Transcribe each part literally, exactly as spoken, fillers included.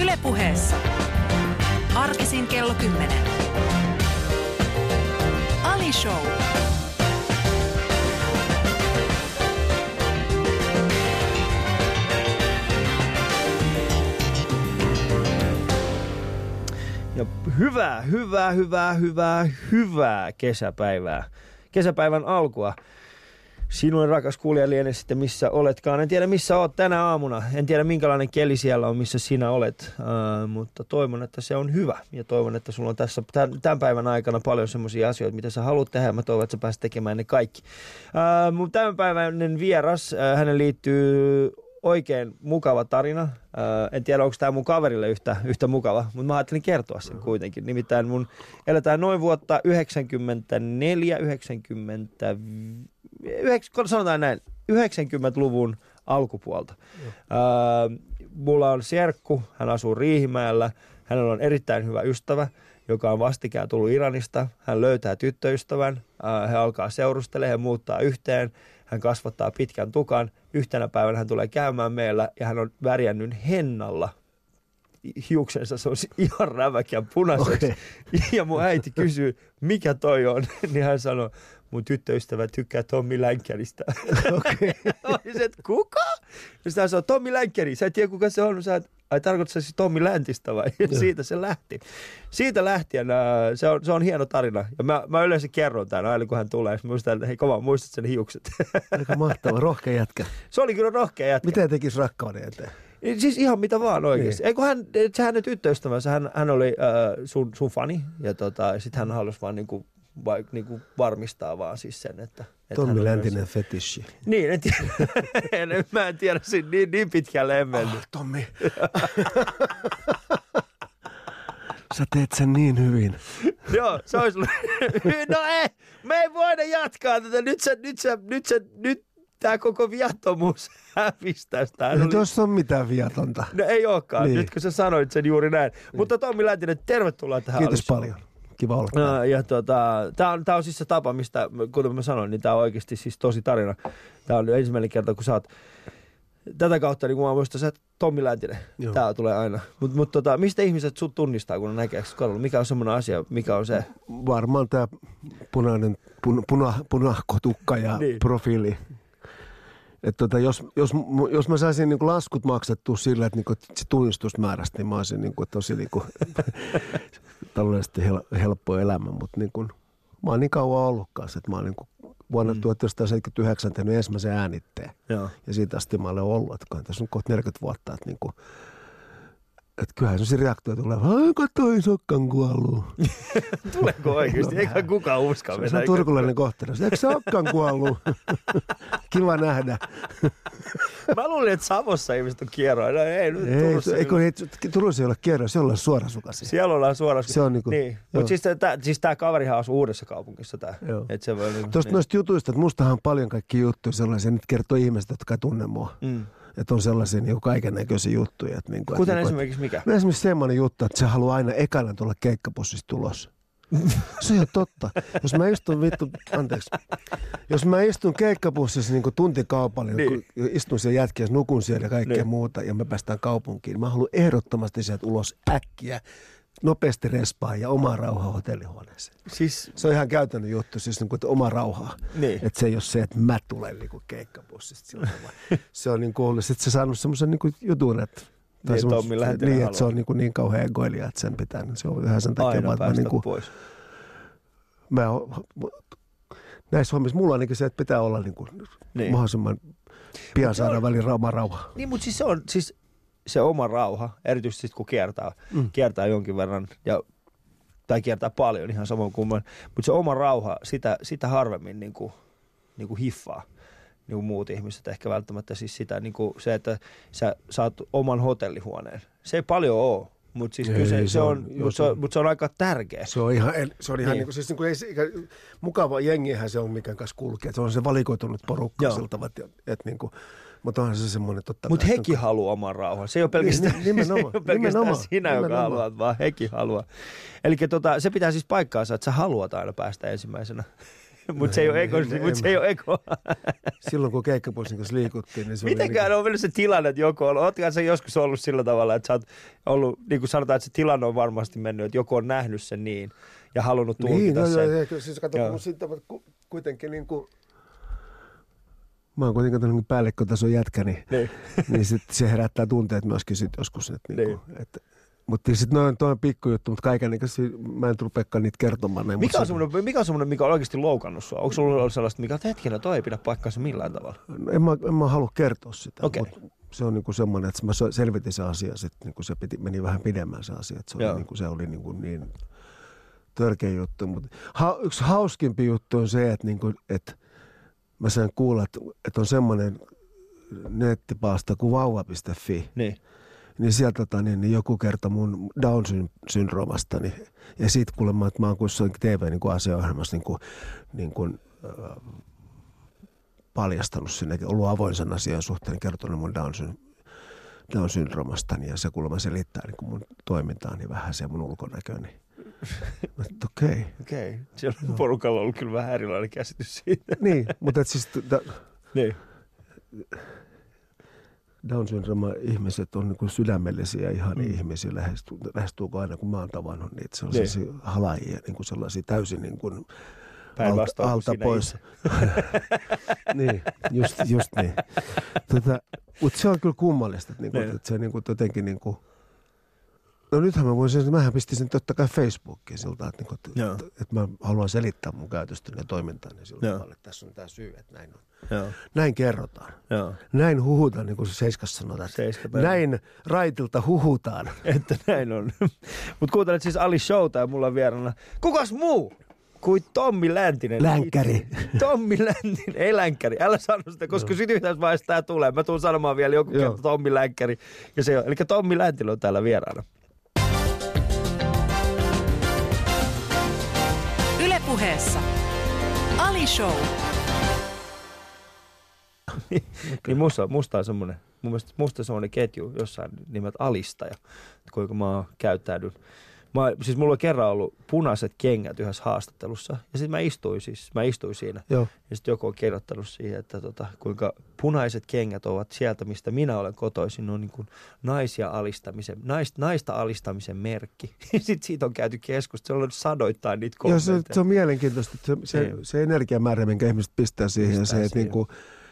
Yle Puheessa. Arkisin kello kymmenen. Ali Show. Ja hyvää, hyvää, hyvää, hyvää, hyvää kesäpäivää. Kesäpäivän alkua. Sinulle rakas kuulija liene sitten missä oletkaan. En tiedä missä olet tänä aamuna. En tiedä minkälainen keli siellä on, missä sinä olet. Uh, mutta toivon, että se on hyvä. Ja toivon, että sulla on tässä tämän päivän aikana paljon semmoisia asioita, mitä sä haluat tehdä. Mä toivon, että sä pääset tekemään ne kaikki. Uh, mun tämänpäiväinen vieras, uh, hänen liittyy oikein mukava tarina. Uh, en tiedä, onko tämä mun kaverille yhtä, yhtä mukava, mutta mä ajattelin kertoa sen kuitenkin. Nimittäin mun eletään noin vuotta yhdeksänkymmentäneljä, yhdeksänkymmentä, sanotaan näin, yhdeksänkymmentäluvun alkupuolta. Uh, mulla on serkku, hän asuu Riihimäellä, hänellä on erittäin hyvä ystävä, joka on vastikään tullut Iranista. Hän löytää tyttöystävän, uh, he alkaa seurustelemaan, he muuttaa yhteen. Hän kasvattaa pitkän tukan. Yhtenä päivänä hän tulee käymään meillä ja hän on värjännyt hennalla hiuksensa. Se on ihan räväkän punaiseksi. Okay. Ja mun äiti kysyy, mikä toi on. Niin hän sanoo, mun tyttöystävä tykkää Tommi Länkkäristä. Okei. Okay. Se, että kuka? Ja sitten hän sanoo, Tommi Länkkäri. Sä et tiedä, kuka se on. Sä et, ai tarkoittaa siis Tommi Läntistä vai? Ja siitä se lähti. Siitä lähtien äh, se, on, se on hieno tarina. Ja mä, mä yleensä kerron tämän aina, kun hän tulee. Mä muistan, että hei kova, muistat sen hiukset. Aika mahtava, rohkea jätkä. Se oli kyllä rohkea jätkä. Miten tekisi rakkauden eteen? Siis ihan mitä vaan oikeasti. Niin. Eikö hän, se hänen tyttöystävänsä, hän, hän oli äh, sun, sun fani. Ja tota, sit hän halusi vaan niinku, vai, niinku varmistaa vaan siis sen, että... että Tommi Läntinen fetissi. Niin, en tiedä. en, mä en tiedä, niin, niin pitkälle en mennyt. Oh, Tommi. Sä teet sen niin hyvin. Joo, se olisi... no ei, me ei voida jatkaa tätä. Nyt sä, nyt sä, nyt sä, nyt tää koko viattomuus hävisi tästä. Ei tuossa ole mitään viatonta. No ei olekaan, niin. Nyt kun sä sanoit sen juuri näin. Niin. Mutta Tommi Läntinen, tervetuloa tähän. Kiitos alussa. Paljon. Kiva olla. No, ja tota, tää on, tää on siis se tapa, mistä, kuten mä sanoin, niin tää on oikeasti siis tosi tarina. Tää on ensimmäinen kerta, kun sä oot tätä kautta, niin kun mä muistan, sä oot Tommi Läntinen. Joo. Tää tulee aina. Mutta mut, tota, mistä ihmiset sut tunnistaa, kun ne näkee kadulla? Mikä on semmoinen asia, mikä on se? Varmaan tää punainen, pun, puna, punahkotukka ja niin. Profiili. Että tota, jos, jos, jos mä saisin niinku laskut maksettua sillä, että niinku, se tunnistusmäärästä, niin mä olisin niinku, tosi niinku, taloudellisesti hel, helppo elämä. Mutta niinku, mä oon niin kauan ollut kanssa, että mä oon niinku, vuonna mm. tuhatyhdeksänsataaseitsemänkymmentäyhdeksän tehnyt ensimmäisen äänitteen. Joo. Ja siitä asti mä olen ollut. Että tässä on kohta neljäkymmentä vuotta. Että niinku, että kyllähän sellaisia reaktioita tulee, aika toi sokkan kuollut. Tuleeko oikeasti? No, eikä kukaan uska. Se on turkulainen kohtelu. Eikö sokkan kuollut? Kiva nähdä. Mä luulin, että Savossa ihmiset on kierroja. No, ei, nyt ei, Turussa. Eikö, ei, Turussa ei ole kierroja, siellä ollaan suorasukaisia. Siellä ollaan suorasukaisia. Se on niin kuin, niin. Mutta siis, siis tämä kaverihan asuu uudessa kaupungissa. Tää. Et se voi, niin, tuosta niin. Noista jutuista, että mustahan on paljon kaikkia juttuja sellaisia, nyt kertoo ihmiset, jotka ei tunne mua. Mm. Että on sellaisia niin kaiken näköisiä juttuja. Että niin kuin, kuten että, esimerkiksi mikä? No esimerkiksi semmoinen juttu, että se haluaa aina ekana tulla keikkapussista tulos. Se on totta. Jos mä istun vittu, anteeksi, jos mä istun keikkapussissa niin kuin tuntikaupalla, niin. Istun siellä jätkiässä, nukun siellä ja kaikkea niin. Muuta ja me päästään kaupunkiin. Mä haluan ehdottomasti sieltä ulos äkkiä, nopeasti respaa ja omaa rauhaa hotellihuoneeseen. Siis, se on ihan käytännön juttu, siis niin kuin, että oma rauhaa. Niin. Että se ei ole se, että mä tulen niin kuin keikkapussista. Se on niin kuin ollut, sitten se saanut semmoisen niin kuin jutun, että tai niin, Tommi Läntinen niin, että se on niin, niin kauhean egoilija, että sen pitää. Se on yhä sen takia. Aina päästä niin kuin, pois. Mä, näissä hommissa mulla on niin se, että pitää olla niin kuin, niin. Mahdollisimman pian saada välin oma rauha. Niin, mutta siis se on siis se oma rauha, erityisesti kun kiertää, mm. kiertää jonkin verran, ja, tai kiertää paljon ihan samoin kuin mä. Mutta se oma rauha, sitä, sitä harvemmin niin kuin, niin kuin hiffaa. Niin kuin muut ihmiset ehkä välttämättä siis sitä, niin kuin se, että sä saat oman hotellihuoneen. Se ei paljon ole, mutta siis ei, se, se, se, on, on, se, on, mut se on aika tärkeä. Se on ihan, se on ihan niin. Niin kuin, siis niin kuin, ei, mukava jengihän se on, mikä kanssa kulkee. Se on se valikoitunut porukka siltä, että, että niin kuin, mutta onhan se semmoinen totta. Mutta hekin haluaa oman rauhan. Se ei ole pelkästään, niin, nimenomaan, se ei ole pelkästään nimenomaan, sinä, nimenomaan. Joka haluat, vaan hekin haluaa. Eli tota, se pitää siis paikkaansa, että sä haluat aina päästä ensimmäisenä. Mutta se ei ole eko. Mut se ei ole eko. Silloin kun keikkapuisin kanssa liikuttiin, niin se Mitenkään oli... on mennyt se tilanne, että joku on... Ootko se joskus ollut sillä tavalla, että sä oot ollut... Niin kuin sanotaan, että se tilanne on varmasti mennyt, että joku on nähnyt sen niin ja halunnut tulkita niin, no, sen. Niin, joo, siis kato, kun sitten kuitenkin niin kuin... Mä oon kuitenkin tämmöinen päällikkötason jätkä, niin, niin. niin sit se herättää tunteet myöskin sit joskus. Että niin. Niinku, että, mutta sitten noin toi on pikkujuttu, mutta kaikenikäisesti mä en rupeakaan niitä kertomaan. Näin, mikä, on semmoinen, mikä on semmoinen, mikä on oikeasti loukannut sua? Onko sulla ollut sellaista, mikä on hetkinen, toi ei pidä paikkaansa millään tavalla? No, en, mä, en mä halua kertoa sitä, okay. mutta se on niinku semmoinen, että mä selvitin se asia, sitten niinku se piti, meni vähän pidemmän se asia. Että se, oli niinku, se oli niinku niin törkeä juttu. Mutta ha, yksi hauskimpi juttu on se, että niinku, et mä sain kuulla, että, että on semmoinen nettipalsta kuin vauva piste fi. Niin. Niin sieltä tota, niin, niin joku kertoi mun Down-syndroomastani. Niin, ja siitä kuulemma, että mä oon kuitenkin T V-asiaohjelmassa niin kuin, niin kuin, äh, paljastanut sinne, ollut avoin sen asian suhteen, kertonut mun Down-syndroomastani. Ja se kuulemma selittää niin kuin mun toimintaani vähän se mun ulkonäköni. Mutta okei. Okay. Okei. Okay. Siellä on porukalla ollut kyllä vähän erilainen käsitys siitä. Niin, mutta et siis... Da, niin. Down-syndrooma-ihmiset on niin kuin sydämellisiä ihan mm. ihmisiä, lähestyykö aina, kun mä oon tavannut niitä sellaisia niin. halaajia, niin kuin sellaisia täysin niin kuin alta, alta pois. niin, just, just niin. Tota, mutta se on kyllä kummallista, että, niin kuin, että se niin kuin jotenkin niin kuin, no nythän mä voisin, mähän pistin sen totta kai Facebookiin siltä, että, että, että, että mä haluan selittää mun käytöstäni ja toimintaani sillä tavalla, että tässä on tämä syy, että näin on. Joo. Näin kerrotaan. Joo. Näin huhutaan, niin kuin se Seiskas sanotaan. Näin raitilta huhutaan. Että näin on. Mutta kuuntelet siis Ali Showta ja mulla on vieraana. Kukas muu kuin Tommi Läntinen? Länkkäri. Tommi Läntinen, ei länkkäri. Älä sano sitä, koska sitten yhdessä vaiheessa tämä tulee. Mä tuun sanomaan vielä joku kerta Tommi Länkkäri. Ja se on, eli Tommi Läntinen on täällä vieraana. Yle Puheessa Ali Show. niin musta, musta on semmoinen, mun mielestä musta semmoinen ketju jossain nimeltä Alistaja, kuinka mä käyttäydyn. Mä, siis mulla on kerran ollut punaiset kengät yhdessä haastattelussa ja sitten mä istuin siis, mä istuin siinä. Joo. Ja sitten joku on kirjoittanut siihen, että tota, kuinka punaiset kengät ovat sieltä, mistä minä olen kotoisin, on niin kuin naisia alistamisen, naista, naista alistamisen merkki. Sitten siitä on käyty keskustelua, se on sadoittain niitä kommentteja. Joo, se, se on mielenkiintoista, se, se, se energiamäärä, minkä ihmiset pistää siihen, pistää se, että niinku,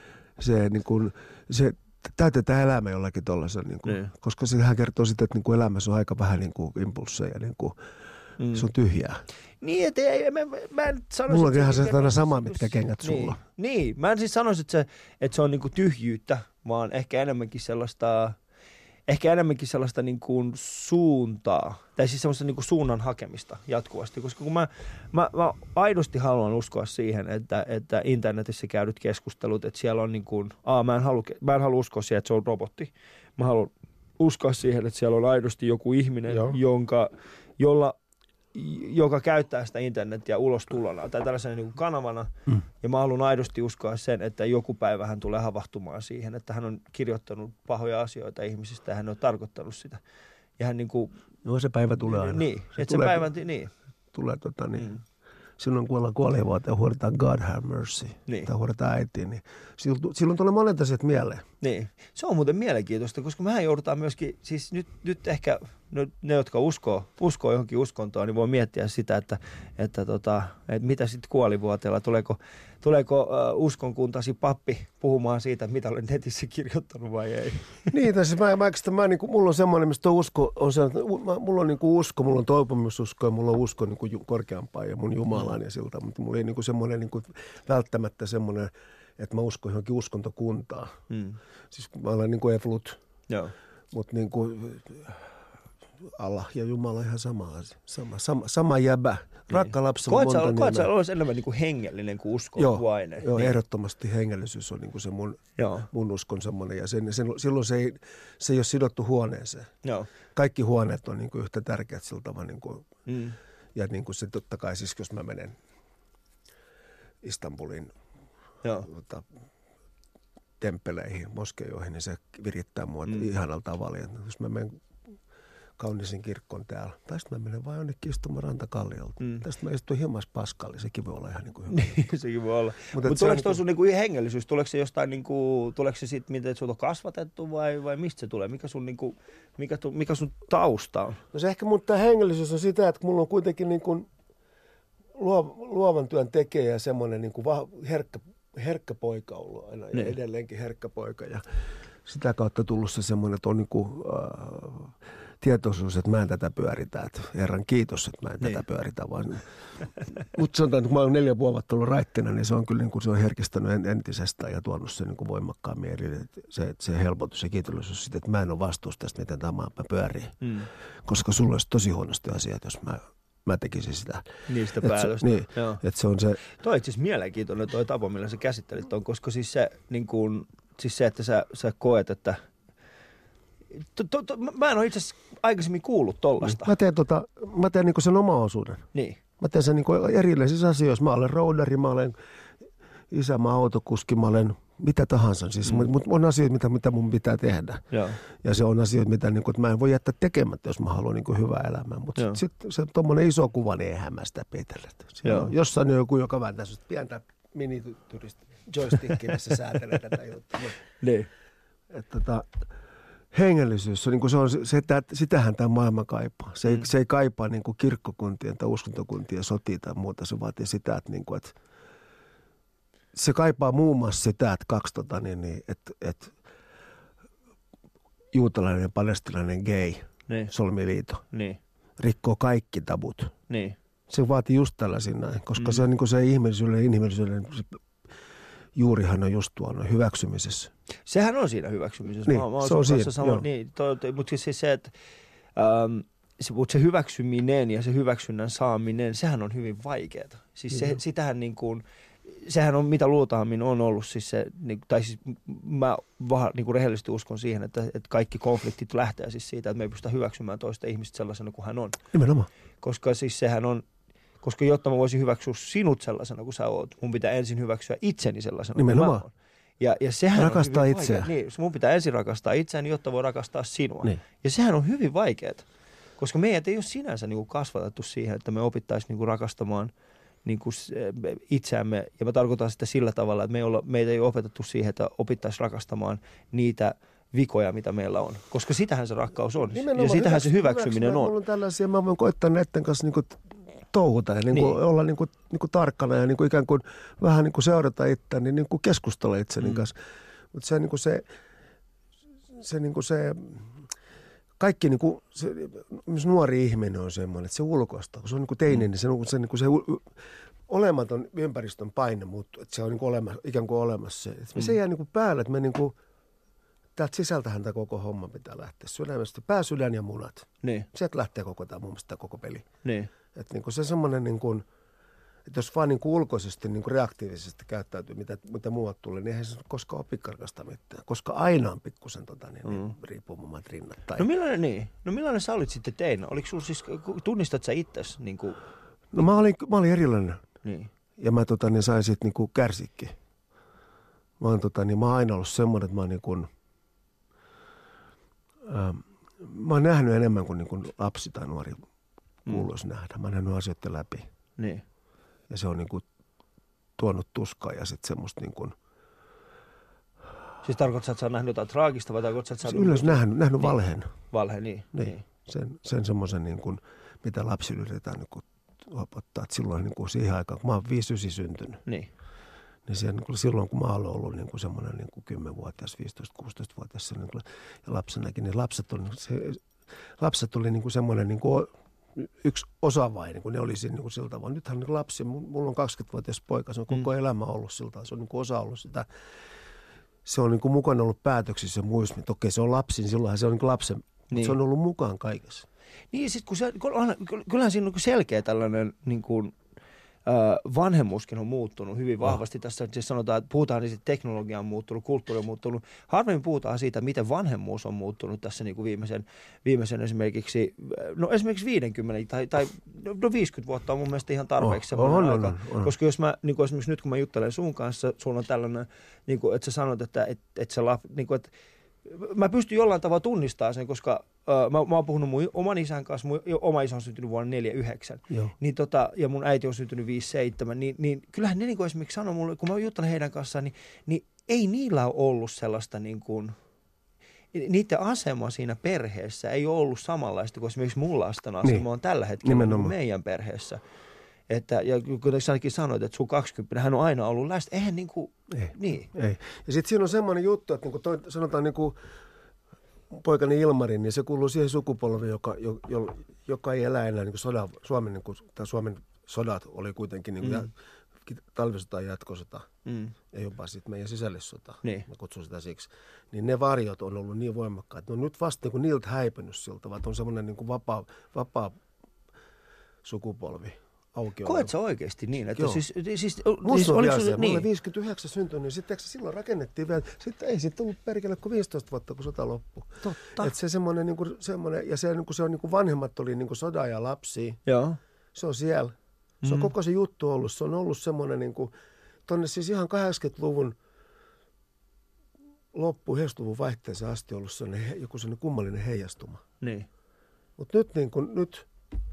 se, niinku, se täytetään elämä jollakin tollaisen, niin kuin, koska sehän kertoo sitä, että niin kuin elämässä on aika vähän niin kuin impulsseja, niin kuin, mm. se on tyhjää. Niin, että ei, mä, mä en sanoisi... Mulla on ihan se aina sama, mitkä kengät niin, sulla. Niin, mä en siis sanoisi, että se, että se on niin kuin tyhjyyttä, vaan ehkä enemmänkin sellaista... Ehkä enemmänkin sellaista niin kuin suuntaa, tai siis sellaista niin kuin suunnan hakemista jatkuvasti, koska kun mä, mä, mä aidosti haluan uskoa siihen, että, että internetissä käydyt keskustelut, että siellä on niin kuin, aa, mä en halua, mä en halua uskoa siihen, että se on robotti. Mä haluan uskoa siihen, että siellä on aidosti joku ihminen, jonka, jolla, joka käyttää sitä internetiä ulostulona tai tällaisena niin kuin kanavana. Mm. Ja mä haluan aidosti uskoa sen, että joku päivä hän tulee havahtumaan siihen, että hän on kirjoittanut pahoja asioita ihmisistä ja hän on tarkoittanut sitä. Ja hän niin kuin... No se päivä tulee aina. Niin, se että se päivä, niin. Tulee tota niin. Mm. Silloin kun ollaan kuolevaata ja huodetaan God have mercy, niin. tai huodetaan äitiin, niin silloin, silloin tulee monet asiat mieleen. Niin, se on muuten mielenkiintoista, koska mehän joudutaan myöskin, siis nyt, nyt ehkä ne, jotka uskoo, uskoo johonkin uskontoon, niin voi miettiä sitä, että, että, tota, että mitä sitten kuolivuoteella, tuleeko, tuleeko uh, uskonkuntasi pappi puhumaan siitä, mitä olen netissä kirjoittanut vai ei. Niin, tai siis mä, mä, mä, niin kuin, mulla on semmoinen, mistä usko on se, että mulla on niin kuin usko, mulla on toipumususko ja mulla on usko niin kuin korkeampaan ja mun Jumalaan ja siltä, mutta mulla ei niin kuin semmoinen niin kuin välttämättä semmoinen, että mä uskon johonkin uskontokuntaan. Hmm. Siis mä olen niin kuin evolut, mutta niin kuin Allah ja Jumala ihan sama asia. Sama, sama, sama jäbä. Rakka lapsi on monta nimeä. Koet sä olisi enemmän niin kuin hengellinen kuin uskovainen? Joo, niin. Ehdottomasti hengellisyys on niin kuin se mun, mun uskon semmoinen. Ja sen, sen, silloin se ei, se ei ole sidottu huoneeseen. Joo. Kaikki huoneet on niin kuin yhtä tärkeät sillä tavalla. Niin kuin, mm. Ja niin kuin se totta kai siis, jos mä menen Istanbulin tota, temppeleihin, moskeijoihin, niin se virittää mua mm. ihanalla tavalla. Ja jos mä menen kauniisin kirkkoon täällä. Tästä mä menen vaan jonnekin istumaan rantakalliolta. Mm. Tästä mä istun himmas paskalle, sekin voi olla ihan niin kuin hyvä. Niin, sekin voi olla. Mutta Mut tuleeko tuo sun niinku hengellisyys, tuleeko se jostain, niinku, tuleeko se sitten, miten sut on kasvatettu vai, vai mistä se tulee? Mikä sun, niinku, mikä, tu, mikä sun tausta on? No se ehkä mun tämä hengellisyys on sitä, että mulla on kuitenkin niin kuin luovan työn tekijä ja semmoinen niin kuin herkkä, herkkä poika ollut aina ja edelleenkin herkkä poika. Ja sitä kautta tullut se semmoinen, että on niin kuin, äh, tietoisuus, että mä en tätä pyöritä. Että Herran kiitos, että mä en niin. tätä pyöritä. Vaan... Mutta sanotaan, että kun mä olen neljä vuotta ollut raittina, niin se on kyllä niin kuin, se on herkistänyt entisestään ja tuonut sen niin kuin voimakkaan mieleen. Se, se helpotus ja kiitollisuus siitä, että mä en ole vastuussa tästä, miten tämä maapä pyörii. Mm. Koska sulla olisi tosi huonosti asiat, jos mä... Mä tekisin sitä. Niistä päätöstä. Niin, että se on se... Toi itse asiassa mielenkiintoinen toi tapa, millä sä käsittelit ton, koska siis se, niin kuin, siis se että sä, sä koet, että... To, to, to, mä en ole itse asiassa aikaisemmin kuullut tollasta. Mä teen, tota, mä teen niinku sen oma osuuden. Niin. Mä teen sen niinku erilaisissa asioissa. Mä olen roudari, mä olen isä, mä autokuski, mä olen mitä tahansa. Siis, mm. Mutta on asioita, mitä, mitä mun pitää tehdä. Joo. Ja se on asioita, mitä niin kuin, että mä en voi jättää tekemättä, jos mä haluan niin kuin hyvää elämää. Mutta sitten sit, se tuommoinen iso kuva, niin eihän mä sitä peitellä. Jossain on joku, joka vääntää sellaista pientä miniturista joystickia, missä säätelee tätä juttua. Niin. Että tota, hengellisyys, niin kuin se on, se, että sitähän tämä maailma kaipaa. Se ei, mm. se ei kaipaa niin kuin kirkkokuntien tai uskontokuntien sotia tai muuta. Se vaatii sitä, että, niin kuin, että se kaipaa muun muassa sitä, että kaksi tota, niin, niin, että, että juutalainen ja palestilainen gay niin. solmiliito niin. rikkoo kaikki tabut. Niin. Se vaatii just tällaisia näin, koska mm. se on niin kuin se ihmisyyden, inhimillisyyden juurihan on just tuolla hyväksymisessä. Sehän on siinä hyväksymisessä. Niin, mä, mä se on siinä. Sama, niin, toi, toi, mutta siis se, että ähm, se, mutta se hyväksyminen ja se hyväksynnän saaminen, sehän on hyvin vaikeaa. Siis se, sitähän niin kuin... Sehän on, mitä luultavammin on ollut siis se, tai siis mä vaan niin kuin rehellisesti uskon siihen, että, että kaikki konfliktit lähtee siis siitä, että me ei pystytä hyväksymään toista ihmistä sellaisena kuin hän on. Nimenomaan. Koska siis sehän on, koska jotta mä voisin hyväksyä sinut sellaisena kuin sä oot, mun pitää ensin hyväksyä itseni sellaisena Nimenomaan. kuin mä oon. Ja, ja sehän rakastaa on itseä. Niin, mun pitää ensin rakastaa itseäni, jotta voi rakastaa sinua. Niin. Ja sehän on hyvin vaikeaa, koska meidät ei ole sinänsä niin kuin kasvatettu siihen, että me opittaisiin niin kuin rakastamaan niin kuin itseämme, ja mä tarkoitan sitä sillä tavalla, että me ei olla, meitä ei ole opetettu siihen, että opittaisiin rakastamaan niitä vikoja, mitä meillä on. Koska sitähän se rakkaus on. Nimenomaan, ja sitähän se hyväksyminen on. Mulla on tällaisia, mä voin koittaa näiden kanssa niin kuin touhuta ja niin kuin niin. olla niin kuin, niin kuin tarkkana ja niin kuin ikään kuin vähän niin kuin seurata itseäni, niin kuin keskustella itseni mm. kanssa. Mutta se, niin kuin se, se, niin kuin se kaikki niin kuin, se, nuori ihminen on semmoinen, että se ulkoistaa. Kun se on niin kuin teini, mm. niin se, se, niin kuin se olematon ympäristön paine muuttuu, että se on niin kuin olema, ikään kuin olemassa. Että mm. se jää niin kuin päälle, että me niin kuin, täältä sisältähän tämä koko homma pitää lähteä. Sydämestä, pää, sydän ja munat. Niin. Sieltä lähtee koko tämä mun mielestä koko peli. Niin. Että niin kuin se semmoinen, niin kuin, että jos vaan niin kuin ulkoisesti, niin kuin reaktiivisesti käyttäytyy, mitä, mitä muualta tulee, niin eihän se koskaan opi karkasta mitään. Koska aina on pikkusen tota, niin, mm. niin, riippummat rinnat. Tai... No millainen niin? No millainen sä olit sitten teinä? Oliko sulla siis, tunnistat sä itsesi? Niin kuin... No mä olin, mä olin erilainen. Niin. Ja mä tota, niin sain sitten niin kuin kärsikki. Mä oon, tota, niin, mä oon aina ollut semmoinen, että mä oon niin kuin, ähm, mä oon nähnyt enemmän kuin, niin kuin lapsi tai nuori kuuluisi mm. nähdä. Mä oon nähnyt asioita läpi. Niin. Ja se on niin kuin tuonut tuskaa ja sitten semmoista niin kuin... Siis tarkoitatko, että sä oot nähnyt jotain traagista vai tarkoitatko, että sä oot... Yleensä nähnyt, nähnyt niin. valheen. Valhe, niin. Niin. niin. Sen, sen semmoisen, niin kuin, mitä lapsi yritetään niin kuin opettaa. Että silloin niin kuin siihen aikaan, kun mä oon viisi yhdeksän syntynyt. Niin. Niin se, niin kuin silloin, kun mä oon ollut niin kuin semmoinen niin kuin kymmenvuotias, viisitoista kuusitoista-vuotias niin kuin, ja lapsenakin, niin lapset oli, se, lapset oli niin kuin semmoinen... Niin kuin, yksi osa vai, niin kuin ne oli siinä niin kuin sillä tavalla. Nythän niin lapsi, mulla on kaksikymmentävuotias poika, se on koko mm. elämä ollut sillä tavalla. Se on niin kuin osa ollut sitä. Se on niin kuin mukana ollut päätöksissä ja muissa. Okei, se on lapsi, niin silloinhan se on niin kuin lapsen, niin. Mutta se on ollut mukaan kaikessa. Niin, sit kun se, kyllähän siinä on selkeä tällainen niin kuin, äh, vanhemmuuskin on muuttunut hyvin vahvasti. Oh. Tässä siis sanotaan, että puhutaan niin, että teknologia on muuttunut, kulttuuri on muuttunut. Harvemmin puhutaan siitä, miten vanhemmuus on muuttunut tässä niin kuin viimeisen, viimeisen esimerkiksi, no esimerkiksi viisikymmentä tai, tai no viisikymmentä vuotta on mun mielestä ihan tarpeeksi oh, on, aika. on, on. Koska jos mä, niin kuin esimerkiksi nyt kun mä juttelen sun kanssa, sulla on tällainen, niin kuin, että sä sanot, että, että, että, sä, niin kuin, että mä pystyn jollain tavalla tunnistamaan sen, koska ö, mä, mä oon puhunut mun oman isän kanssa, mun oma isä on syntynyt vuonna neljäkymmentäyhdeksän, niin tota, ja mun äiti on syntynyt viisikymmentäseitsemän, niin, niin kyllähän ne niin kuin esimerkiksi sanoo mulle, kun mä juttelen heidän kanssaan, niin, niin ei niillä ole ollut sellaista niin kuin, niiden asema siinä perheessä ei ole ollut samanlaista kuin esimerkiksi mun lasten asema niin. on tällä hetkellä niin meidän perheessä. Että, ja kuten säkin sanoit, että sun kaksikymmentä, hän on aina ollut läsnä. Eihän niin kuin, ei, niin. Ei. Ja sitten siinä on semmoinen juttu, että niin kuin toi, sanotaan niin kuin poikani Ilmari, niin se kuuluu siihen sukupolviin, joka, jo, jo, joka ei elä enää niin kuin sodan, Suomen, niin kuin, tai Suomen sodat oli kuitenkin niin kuin, mm. talvisota ja jatkosota, mm. ja jopa sitten meidän sisällissota, niin. mä kutsun sitä siksi, niin ne varjot on ollut niin voimakkaat, ne on nyt vasta niin kuin niiltä häipynyt siltä, vaan on semmoinen niin kuin vapaa, vapaa sukupolvi. Koet sä oikeasti niin? Että Joo. siis, siis, Musta siis, on oliko vielä se. Niin. Mulla viisikymmentäyhdeksän syntynyt, niin sitten silloin rakennettiin vielä. Sitten ei sitten tullut perkele kuin viisitoista vuotta, kun sota loppui. Totta. Että se semmoinen, niin kuin, semmoinen, ja se, niin kuin, se on niin kuin vanhemmat oli niin kuin sodan ja lapsia. Joo. Se on siellä. Se on mm. koko se juttu ollut. Se on ollut semmoinen, niin kuin, tonne siis ihan kahdeksankymmentäluvun loppu, yhdeksänkymmentäluvun vaihteeseen asti ollut sellainen, joku sellainen kummallinen heijastuma. Niin. Mutta nyt niin kuin, nyt...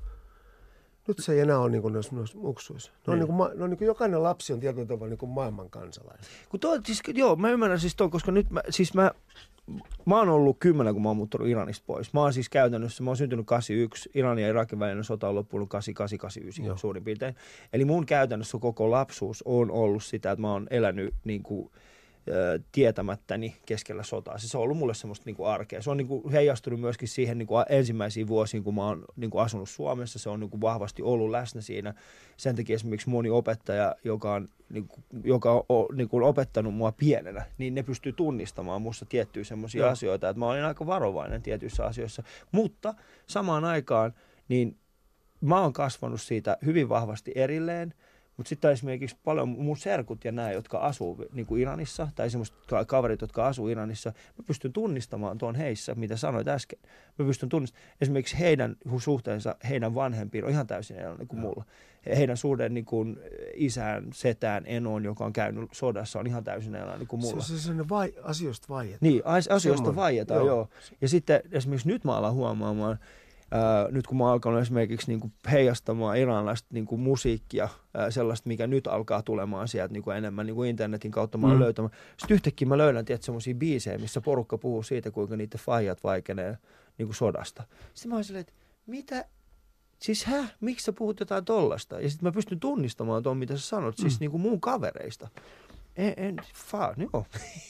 Nyt se ei enää ole niin kuin noissa, noissa muksuissa. Ne on niin. Niin kuin, no niin kuin jokainen lapsi on tietyllä tavalla niin kuin maailman kansalainen. Kun toi, siis, joo, mä ymmärrän siis tuon, koska nyt mä, siis mä, mä oon ollut kymmenen, kun mä oon muuttunut Iranista pois. Mä oon siis käytännössä, mä oon syntynyt kahdeksankymmentäyksi, Iranin ja Irakin välinen sota on loppunut kahdeksankymmentäkahdeksan kahdeksankymmentäyhdeksän suurin piirtein. Eli mun käytännössä koko lapsuus on ollut sitä, että mä oon elänyt niin kuin tietämättäni keskellä sotaa. Se on ollut mulle semmoista niin kuin arkea. Se on niin kuin heijastunut myöskin siihen niin kuin ensimmäisiin vuosiin, kun mä oon niin kuin asunut Suomessa. Se on niin kuin vahvasti ollut läsnä siinä. Sen takia esimerkiksi moni opettaja, joka on, niin kuin, joka on niin kuin opettanut mua pienenä, niin ne pystyy tunnistamaan musta tiettyjä semmoisia no. asioita, että mä olin aika varovainen tietyissä asioissa. Mutta samaan aikaan, niin mä oon kasvanut siitä hyvin vahvasti erilleen. Mutta sitten esimerkiksi paljon mun serkut ja nämä, jotka asuu niin kuin Iranissa, tai semmoiset kaverit, jotka asuu Iranissa, mä pystyn tunnistamaan tuon heissä, mitä sanoit äsken. Mä pystyn tunnistamaan, esimerkiksi heidän suhteensa, heidän vanhempiin on ihan täysin erilainen kuin mulla. Heidän suhde niin kuin isään, setään, enoon, joka on käynyt sodassa, on ihan täysin erilainen kuin mulla. Se on sellainen vai, asioista vaietaan. Niin, asioista vaietaan, joo. joo. Ja sitten esimerkiksi nyt mä alan huomaamaan, Äh, nyt kun mä oon alkanut esimerkiksi niin kuin heijastamaan iranlaista niin kuin musiikkia, äh, sellaista, mikä nyt alkaa tulemaan sieltä niin kuin enemmän niin kuin internetin kautta, mä oon mm. löytämään. Sitten yhtäkkiä mä löydän tietysti semmosia biisejä, missä porukka puhuu siitä, kuinka niiden faijat vaikenee niin kuin sodasta. Sitten mä oon silleen, että mitä, siis häh, miksi sä puhut jotain tollasta? Ja sitten mä pystyn tunnistamaan tuon, mitä sä sanot, mm. siis niin kuin mun kavereista. En, en faa, joo.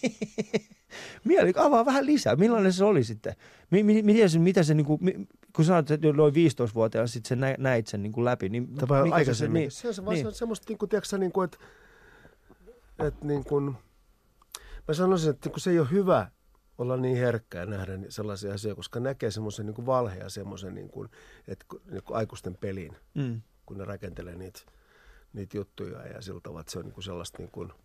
Mieli, avaa vähän lisää. Millainen se oli sitten? Miten se, mitä se, niin kuin, kun sanoit, että noin viisitoistavuotiaana sitten sä näit sen niin kuin läpi, niin Tämä mikä aikaisemmin. se, niin, se on niin. semmoista, niin kuin, tiedätkö, niin kuin, että, että niin kuin, mä sanoisin, että se ei ole hyvä olla niin herkkää nähdä sellaisia asioita, koska näkee semmoisen niin kuin valheen, semmoisen niin kuin, että, niin kuin aikuisten pelin, mm. kun ne rakentelee niitä, niitä juttuja ja sillä tavalla, että se on niin kuin sellaista niin kuin,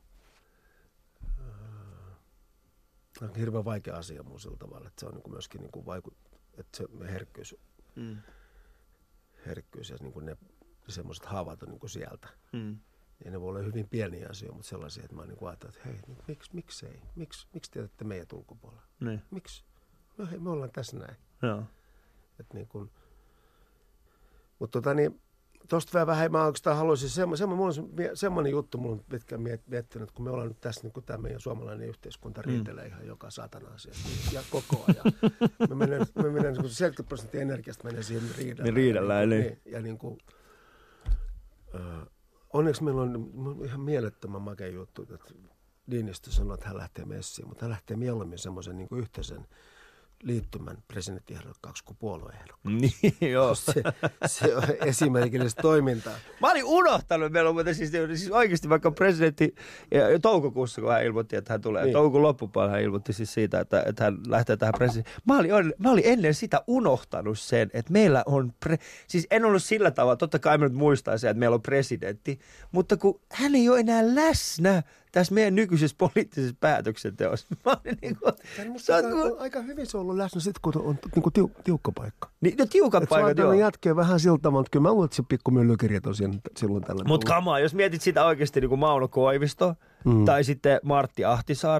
on hirveän vaikea asia mun sillä tavalla, että se on niin kuin myöskin niin kuin vaikut, että se herkkyys, mm. herkkyys ja niin kuin ne semmoiset haavat on niin kuin sieltä. Mm. Ja ne voi olla hyvin pieniä asioita, mutta sellaisia, että mä niin kuin ajattelen, että hei, niin miksi, miksi ei? Miksi, miksi teette meidät ulkopuolella? Niin. Miksi? No hei, me ollaan tässä näin. Joo. Että niin kuin, mutta tota niin, tuosta vähän vähemmän mä oikeastaan haluaisin, semmo, semmo, mulla on semmoinen juttu, mulla on pitkään miettinyt, että kun me ollaan nyt tässä, niin kun tämä meidän suomalainen yhteiskunta riitelee mm. ihan joka satana asiasta ja koko ajan. me menen, me menen niin seitsemänkymmentä prosenttia energiasta menee siihen riidellä. Niin riidellään, niin. niin. Ja niin kuin, äh, onneksi meillä on ihan mielettömän makea juttu, että Niinistö sanoo, että hän lähtee messiin, mutta hän lähtee mieluummin semmoisen niin kuin yhteisen liittymän presidenttiehdokkaaksi kuin puolueehdokkaaksi. Niin, joo. Se, se on esimerkillistä toimintaa. Mä olin unohtanut, meillä on muuten siis, siis oikeasti vaikka presidentti ja toukokuussa, kun hän ilmoitti, että hän tulee. Niin. Toukokuun loppupuolella hän ilmoitti siis siitä, että, että hän lähtee tähän presidenttiin. Mä olin, mä olin ennen sitä unohtanut sen, että meillä on, pre, siis en ollut sillä tavalla, totta kai mä nyt muistan sen, että meillä on presidentti, mutta kun hän ei ole enää läsnä tässä meidän nykyisessä poliittisessa päätöksenteossa. Mä olin niin kuin, musta aika, kun... aika hyvin se on ollut läsnä sitten, kun on niin kuin tiu, tiukka paikka. Niin, no tiukat paikat, joo. Se on jatkee vähän siltä tavalla, mutta kyllä mä luulen, että se pikku myllykirjat on siellä, silloin tällä. Mutta kamaa, jos mietit sitä oikeasti niin kuin Mauno Koivisto mm. tai sitten Martti Ahtisaari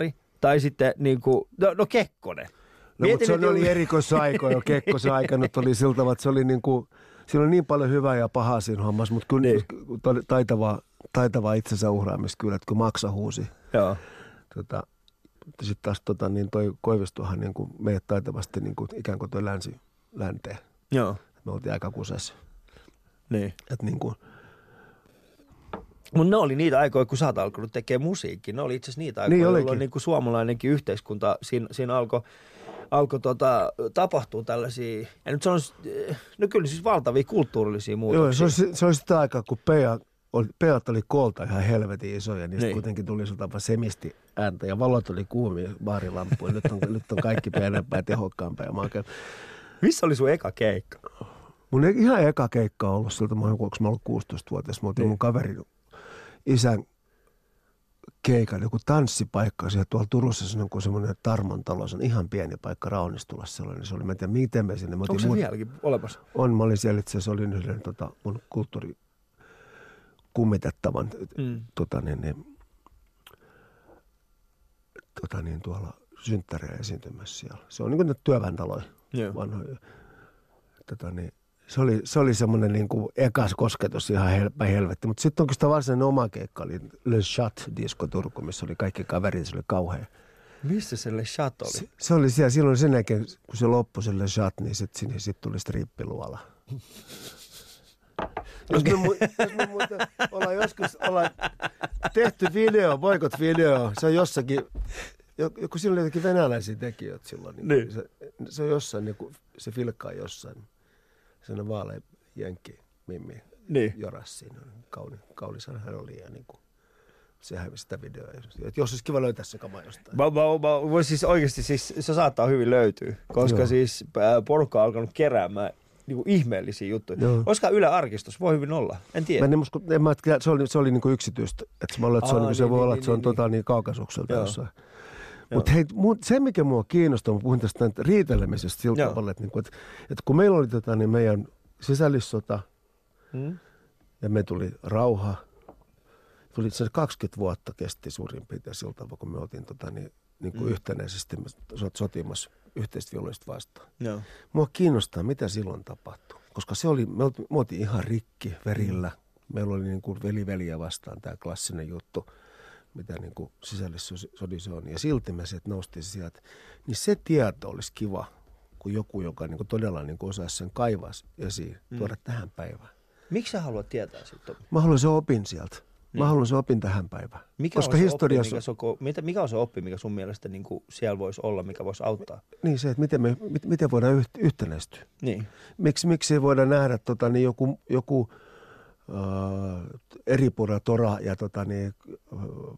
Tai sitten niin kuin, no, no Kekkonen. No, mutta se oli erikoisaikoja. Kekkosen aikana oli siltä tavalla, että se oli niin kuin, siinä oli niin paljon hyvää ja pahaa siinä hommassa, mutta kyllä niin. taitavaa, taitavaa itsensä uhraamista kyllä, että kun Maksa huusi. Joo. Tota, sitten taas tota, niin toi Koivistohan niin kuin meidät taitavasti niin kuin, ikään kuin toi länsi, länteen. Joo. Me oltiin aika kusessa. Niin. Että niin kuin... Mutta ne oli niitä aikoja, kun sä oot alkanut tekemään musiikkia. Ne oli itse asiassa niitä aikoja, niin jolloin niin kuin suomalainenkin yhteiskunta, siinä, siinä alkoi alko, tota, tapahtua tällaisia, en nyt sanoisi, no kyllä siis valtavia kulttuurillisia muutoksia. Joo, se oli, se oli sitä aikaa, kun Peat oli, Peat oli koolta ihan helvetin isoja, niin, niin. kuitenkin tuli sulta semisti ääntä ja valot oli kuumia baarilampuja. Nyt on, nyt on kaikki pienempää ja tehokkaampaa. Ja oikein... Missä oli sun eka keikka? Mun ihan eka keikka on ollut siltä, kun mä ollut kuusitoistavuotias. Mä oltiin niin. mun kaverin isän keikan, joku tanssipaikka siellä tuolla Turussa, se on kuin semmoinen Tarmon talo, se on ihan pieni paikka Raunistulassa sellainen. Se oli, mä en tiedä, miten me sinne. Onko se mun... vieläkin olemassa? On, mä olin siellä itse asiassa, olin yhden tota, mun kulttuurikummitettavan mm. tota, niin, niin, tota, niin, tuolla synttäreillä esiintymässä siellä. Se on niin kuin ne työväentaloja vanhoja. Tota, niin, Se oli, se oli semmoinen niin kuin ekas kosketus ihan hel- helvetti. Mutta sitten onkin sitä varsinainen oma keikka, oli Le Chat Disco Turku, missä oli kaikki kaverit, se oli kauhea. Missä se Le Chat oli? Se, se oli siellä, silloin sen jälkeen, kun se loppui se Le Chat, niin sitten sit tuli strippiluola. Jos me, mu- jos me muuten ollaan joskus ollaan tehty video, boikot video, se on jossakin, joku silloin jotenkin venäläisiä tekijöitä silloin. Niin niin. Se, se on jossain, niin kuin, se filkkaa jossain. Sellainen vaalea jenkki mimmi niin. joras siinä. Kauni, kaunisana hän oli ja niin kuin, se hävisi sitä videoa. Jos olisi kiva löytää se kama jostain. Mä, mä, mä, mä, siis oikeasti siis, se saattaa hyvin löytyä, koska Joo. siis porukka on alkanut keräämään niin kuin ihmeellisiä juttuja. Koska Yle Arkistossa voi hyvin olla, en tiedä. Mä en usko, en mä, se oli, se oli niin kuin yksityistä. Että mä luulen, että se, Aa, on, niin, se niin, voi niin, olla, että niin, se on niin, tota, niin kaukasukselta jossain. Mutta hei, se mikä mua kiinnostaa, mä puhun tästä riitelemisestä sillä tavalla, että, että, että kun meillä oli tota, niin meidän sisällissota hmm. ja me tuli rauha, tuli itse asiassa kaksikymmentä vuotta kesti suurin piirtein sillä tavalla, kun me oltiin tota, niin, niin kuin hmm. yhtenäisesti sotimassa yhteistä vihollista vastaan. Joo. Mua kiinnostaa, mitä silloin tapahtui, koska se oli, me oltiin, me oltiin ihan rikki verillä. Hmm. Meillä oli niin kuin veli-veliä vastaan tämä klassinen juttu. Mitä niin kuin sisällissodissa on, ja silti me sieltä noustiin sieltä, niin se tieto olisi kiva, kun joku, joka niin kuin todella niin kuin osaisi sen kaivaa esiin, mm. tuoda tähän päivään. Miksi sä haluat tietää siitä? Mä haluan se opin sieltä. Mä mm. haluan se opin tähän päivään. Mikä Koska on se historiassa... oppi, mikä, mikä on se oppi, mikä sun mielestä niin kuin siellä voisi olla, mikä voisi auttaa? Niin se, että miten, me, miten voidaan yht, yhtenäistyä. Niin. Miksi, miksi ei voida nähdä tota, niin joku... joku Uh, eripura, tora ja tota, niin, uh,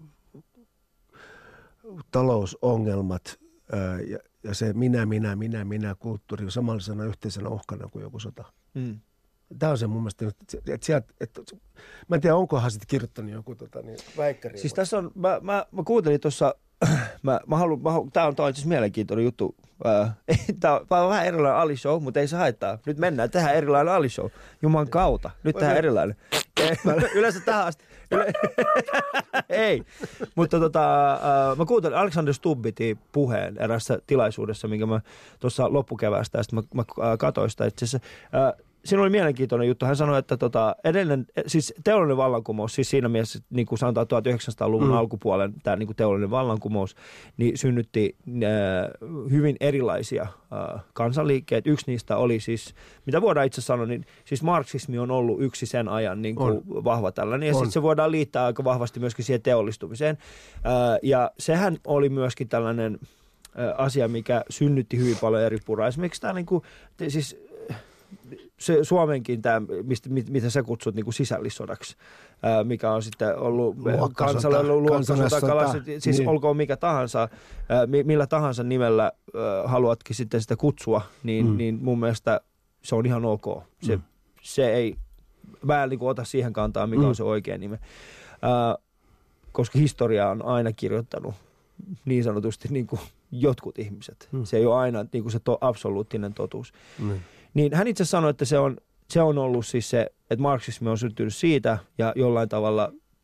talousongelmat uh, ja, ja se minä, minä, minä, minä kulttuuri samanlaisena yhteisenä uhkana kuin joku sota. Mm. Tämä on se mun mielestä, että, että sieltä, että, mä en tiedä, onkohan sitten kirjoittanut joku tota, niin, väikkäri. Siis tässä on, mä, mä, mä kuuntelin tuossa, mä, mä haluan, mä, tämä on, on itse mielenkiintoinen juttu. Tämä on vähän erilainen Ali-show, mutta ei se haittaa. Nyt mennään, tehdään erilainen Ali-show. Juman kautta. Nyt tehdään erilainen. Yleensä tähän asti. Yle... ei. Mutta tota, äh, mä kuuntelin Alexander Stubbitin puheen erässä tilaisuudessa, minkä mä tuossa loppukeväästä, ja sitten mä, mä katsoin sitä itse asiassa. Äh, Siinä oli mielenkiintoinen juttu. Hän sanoi, että tota, edellinen, siis teollinen vallankumous, siis siinä mielessä, niin kuin sanotaan tuhatyhdeksänsataaluvun mm. alkupuolen tämä niin kuin teollinen vallankumous, niin synnytti äh, hyvin erilaisia äh, kansanliikkeet. Yksi niistä oli siis, mitä voidaan itse sanoa, niin siis marksismi on ollut yksi sen ajan niin kuin vahva tällainen. Ja sitten se voidaan liittää aika vahvasti myöskin siihen teollistumiseen. Äh, ja sehän oli myöskin tällainen äh, asia, mikä synnytti hyvin paljon eri puraa. Esimerkiksi tämä niin kuin, siis... Se Suomenkin tämä, mistä, mitä sä kutsut niin kuin sisällissodaksi, ää, mikä on sitten ollut kansalle luokkasota, siis niin. Olkoon mikä tahansa, ää, millä tahansa nimellä ää, haluatkin sitten sitä kutsua, niin, mm. niin mun mielestä se on ihan ok. Se, mm. se ei, mä en niin kuin ota siihen kantaa, mikä mm. on se oikea nime, ää, koska historia on aina kirjoittanut niin sanotusti niin kuin jotkut ihmiset. Mm. Se ei ole aina niin kuin se to, absoluuttinen totuus. Mm. Niin hän itse sanoi, että se on, se on ollut siis se, että marksismi on syntynyt siitä ja jollain tavalla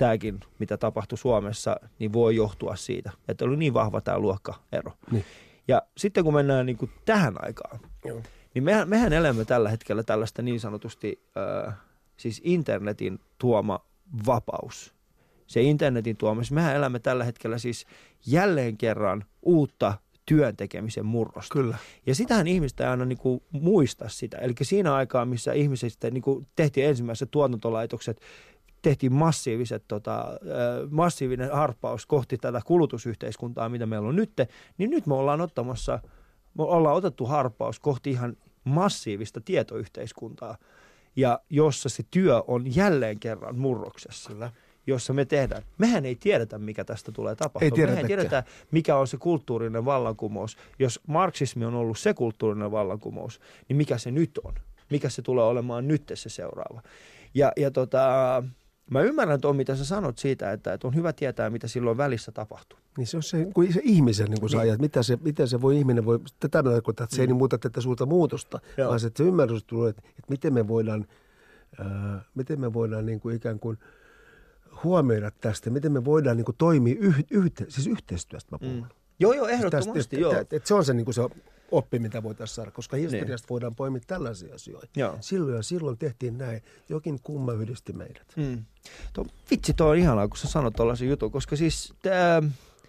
tämäkin, mitä tapahtui Suomessa, niin voi johtua siitä, että oli niin vahva tämä luokkaero. Niin. Ja sitten kun mennään niin kuin tähän aikaan, Joo. niin mehän, mehän elämme tällä hetkellä tällaista niin sanotusti, äh, siis internetin tuoma vapaus. Se internetin tuoma, siis mehän elämme tällä hetkellä siis jälleen kerran uutta työn tekemisen murrosta. Kyllä. Ja sitähän ihmistä ei aina niin kuin muista sitä. Eli siinä aikaa, missä ihmisistä niin kuin tehtiin ensimmäiset tuotantolaitokset, tehtiin massiiviset, tota, massiivinen harppaus kohti tätä kulutusyhteiskuntaa, mitä meillä on nyt, niin nyt me ollaan ottamassa, me ollaan otettu harppaus kohti ihan massiivista tietoyhteiskuntaa, ja jossa se työ on jälleen kerran murroksessa. Kyllä. Jossa me tehdään. Mehän ei tiedetä, mikä tästä tulee tapahtumaan. Mehän ei tiedetä, mikä on se kulttuurinen vallankumous. Jos marksismi on ollut se kulttuurinen vallankumous, niin mikä se nyt on? Mikä se tulee olemaan nyt se seuraava? Ja, ja tota, mä ymmärrän tuon, mitä sä sanot siitä, että, että on hyvä tietää, mitä silloin välissä tapahtuu. Niin se on se, kun se ihmisen, niin kuin sä niin. ajat, mitä se, mitä se voi, ihminen voi, tätä mä tarkoitan, että se mm. ei niin muuta tätä suurta muutosta, Joo. vaan se, että se ymmärrys tulee, että, että miten me voidaan, äh, miten me voidaan niin kuin ikään kuin huomioida tästä, miten me voidaan niin kuin toimia yh, yhte, siis yhteistyöstä mä puhun. Mm. Joo, joo, ehdottomasti, tästä, joo. Että, että se on se, niin kuin se oppi, mitä voitaisiin saada, koska historiasta niin. voidaan poimia tällaisia asioita. Joo. Silloin ja silloin tehtiin näin. Jokin kumma yhdisti meidät. Mm. Tuo, vitsi, tuo on ihanaa, kun sä sanot tuollaisen jutun, koska siis tää,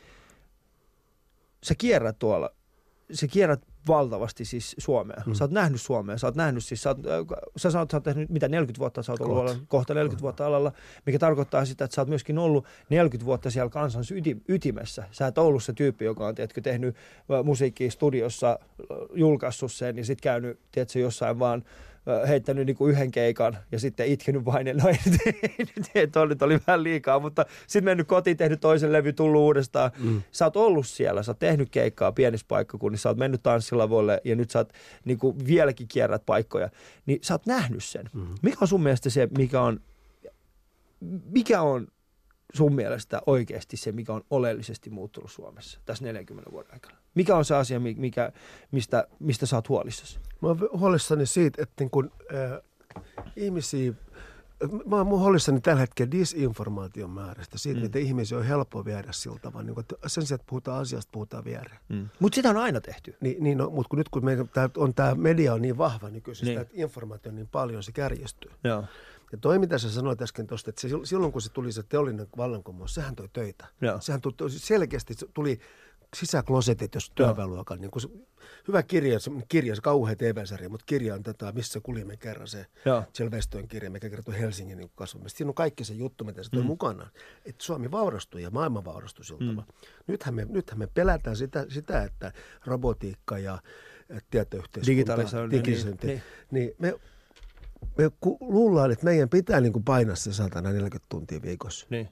sä kierrät tuolla, sä kierrät valtavasti siis Suomea. Mm. Sä oot nähnyt Suomea, sä oot nähnyt siis, sä, oot, sä sanot, sä oot tehnyt mitä neljäkymmentä vuotta, sä oot ollut kohta, kohta neljäkymmentä vuotta alalla, mikä tarkoittaa sitä, että sä oot myöskin ollut neljäkymmentä vuotta siellä kansan yti, ytimessä. Sä et ollut se tyyppi, joka on tiedätkö, tehnyt musiikkia studiossa, julkaissut sen ja sitten käynyt tiedätkö, jossain vaan heittänyt niinku yhden keikan ja sitten itkenyt vain. No ei, oli, oli vähän liikaa, mutta sitten mennyt kotiin, tehnyt toisen levy, tullut uudestaan. Mm. Sä oot ollut siellä, sä oot tehnyt keikkaa pienissä paikkakunnissa, sä oot mennyt tanssilavoille ja nyt sä oot niinku vieläkin kierrät paikkoja. Niin sä oot nähnyt sen. Mm. Mikä on sun mielestä se, mikä on, mikä on sun mielestä oikeasti se, mikä on oleellisesti muuttunut Suomessa tässä neljänkymmenen vuoden aikana? Mikä on se asia, mikä, mistä, mistä sä oot huolissasi? Mä oon huolissani siitä, että niin kun, äh, ihmisiä, mä oon huolissani tällä hetkellä disinformaation määrästä, siitä, mm. miten ihmisiä on helppo viedä siltä, vaan niin kun, sen sijaan, että puhutaan asiasta, puhutaan viereen. Mm. Mutta sitä on aina tehty. Niin, niin no, mutta kun nyt kun meidän, tää, on tämä media on niin vahva nykyisin, niin. että informaatio on niin paljon, se kärjistyy. Joo. Ja toi, mitä sä sanoit äsken tuosta, että se, silloin kun se tuli se teollinen vallankumous, sehän toi töitä. Joo. Sehän tuli, selkeästi tuli sisäklosetit, jos työväenluokan. Niin se, hyvä kirja, se kirja, se kauhea T V-sarja, mutta kirja on tätä, missä kulimme kerran se Selvestoin kirja, mikä kertoo Helsingin niin kasvamista. Siinä on kaikki se juttu, mitä se toi mm. mukana. Että Suomi vaurastui ja maailma vaurastui siltä. Mm. Nythän, me, nythän me pelätään sitä, sitä, että robotiikka ja tietoyhteiskunta, digitalisointi, niin, niin. niin me Me luullaan, että meidän pitää niin kuin painaa se sata neljäkymmentä tuntia viikossa. Niin.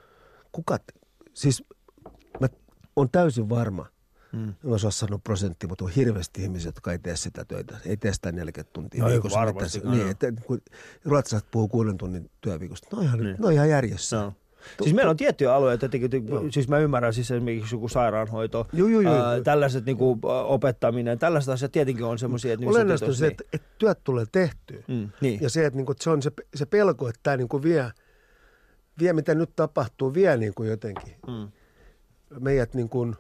Kuka, siis mä oon täysin varma, mm. en osaa sanoa prosentti, mutta on hirveästi ihmisiä, jotka ei tee sitä töitä. Ei tee sitä neljäkymmentä tuntia no, viikossa. Varmasti. Niin, että kun ruotsalaiset puhuu kuuden tunnin työviikosta, no ihan, niin. no ihan järjessä. No. Siis meillä on tiettyjä alueita, siis mä ymmärrän siis esimerkiksi joku sairaanhoito, joo, joo, joo. Ää, tällaiset niin kuin opettaminen, tällaiset asiat tietenkin on semmoisia, että... Olennaista on se, että, että työt tulee tehtyä. Mm, niin. Ja se, että, niin kuin, että se on se, se pelko, että tämä niin kuin vie, vie, mitä nyt tapahtuu, vie niin kuin jotenkin mm. meidät niin kuin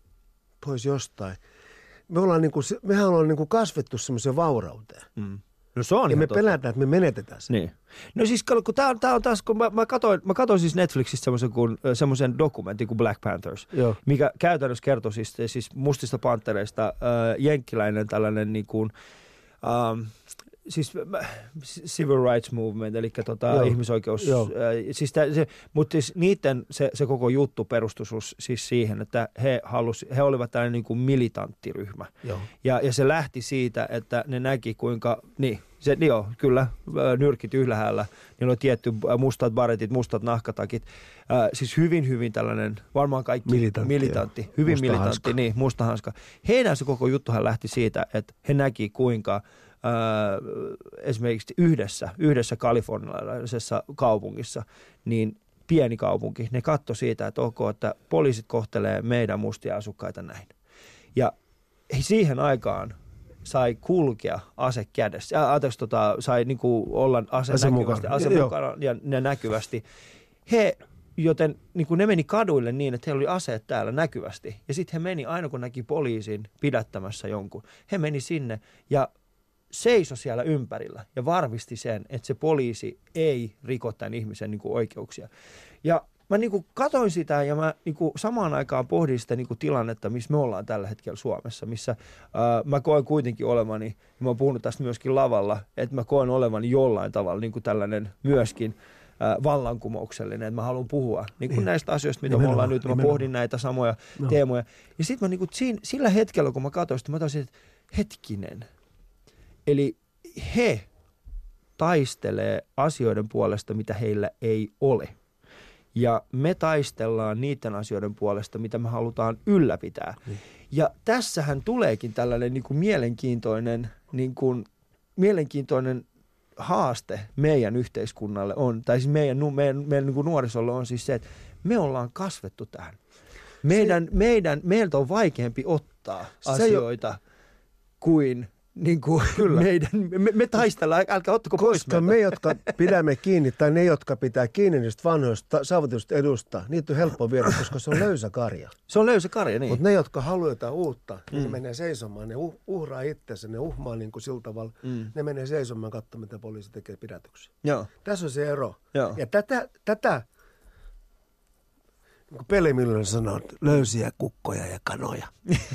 pois jostain. Me ollaan niin kuin, mehän ollaan niin kuin kasvettu semmoiseen vaurauteen. Mm. No se on ja me pelätään, että me menetetään sen. Niin. No siis kun tää on, tää on taas, kun mä, mä, katoin, mä katoin siis Netflixistä semmoisen, kun, semmoisen dokumentin kuin Black Panthers, Joo. mikä käytännössä kertoi siis, siis mustista pantereista, äh, jenkkiläinen tällainen niin kuin, ähm, siis civil rights movement, eli tota, ihmisoikeus, äh, siis tä, se, mutta siis niiden se, se koko juttu perustui siis siihen, että he, halusi, he olivat tällainen niin kuin militanttiryhmä. Ja, ja se lähti siitä, että ne näki kuinka, niin, se, niin joo, kyllä, nyrkit ylhäällä, niillä on tietty mustat baretit, mustat nahkatakit, äh, siis hyvin, hyvin tällainen, varmaan kaikki militantti, militantti hyvin musta militantti, hanska. Niin, musta hanska. Heidän se koko juttuhan lähti siitä, että he näki kuinka Öö, esimerkiksi yhdessä, yhdessä kalifornialaisessa kaupungissa, niin pieni kaupunki, ne katsoi siitä, että ok, että poliisit kohtelee meidän mustia asukkaita näin. Ja siihen aikaan sai kulkea ase kädessä, äh, tota, sai niinku olla ase, ase näkyvästi, ase mukana ja, ja näkyvästi. He joten niin kuin ne meni kaduille niin, että heillä oli aseet täällä näkyvästi. Ja sitten he meni, aina kun näki poliisin pidättämässä jonkun, he meni sinne ja seisoi siellä ympärillä ja varmisti sen, että se poliisi ei riko tämän ihmisen niin kuin oikeuksia. Ja mä niin kuin katoin sitä ja mä niin kuin samaan aikaan pohdin sitä niin kuin tilannetta, missä me ollaan tällä hetkellä Suomessa, missä ää, mä koen kuitenkin olevani, ja mä oon puhunut tästä myöskin lavalla, että mä koen olevani jollain tavalla niin kuin tällainen myöskin ää, vallankumouksellinen, että mä haluan puhua niin kuin näistä asioista, mitä me ollaan nyt, mä pohdin näitä samoja no. teemoja. Ja sitten mä niin kuin siinä, sillä hetkellä, kun mä katsoin sitä, mä taisin, että hetkinen. Eli he taistelee asioiden puolesta, mitä heillä ei ole. Ja me taistellaan niiden asioiden puolesta, mitä me halutaan ylläpitää. Mm. Ja tässähän tuleekin tällainen niin kuin mielenkiintoinen, niin kuin, mielenkiintoinen haaste meidän yhteiskunnalle on, tai siis meidän, meidän, meidän niin kuin nuorisolle on siis se, että me ollaan kasvettu tähän. Meidän, se, meidän, meiltä on vaikeampi ottaa asioita jo kuin... Niin kuin meidän, me, me taistellaan, älkää ottako pois koska meiltä. Me, jotka pidämme kiinni, tai ne, jotka pitää kiinni niistä vanhoista saavutusta edusta, niitä on helppo viedä, koska se on löysä karja. Se on löysä karja, niin. Mutta ne, jotka haluaa jotain uutta, mm. ne menee seisomaan, ne uh, uhraa itsensä, ne uhmaa niin kuin sillä tavalla, mm. ne menee seisomaan katsomaan, mitä poliisi tekee pidätyksiä. Joo. Tässä on se ero. Joo. Ja tätä, tätä niin kuin Pele Miljonen sanoo, löysiä kukkoja ja kanoja.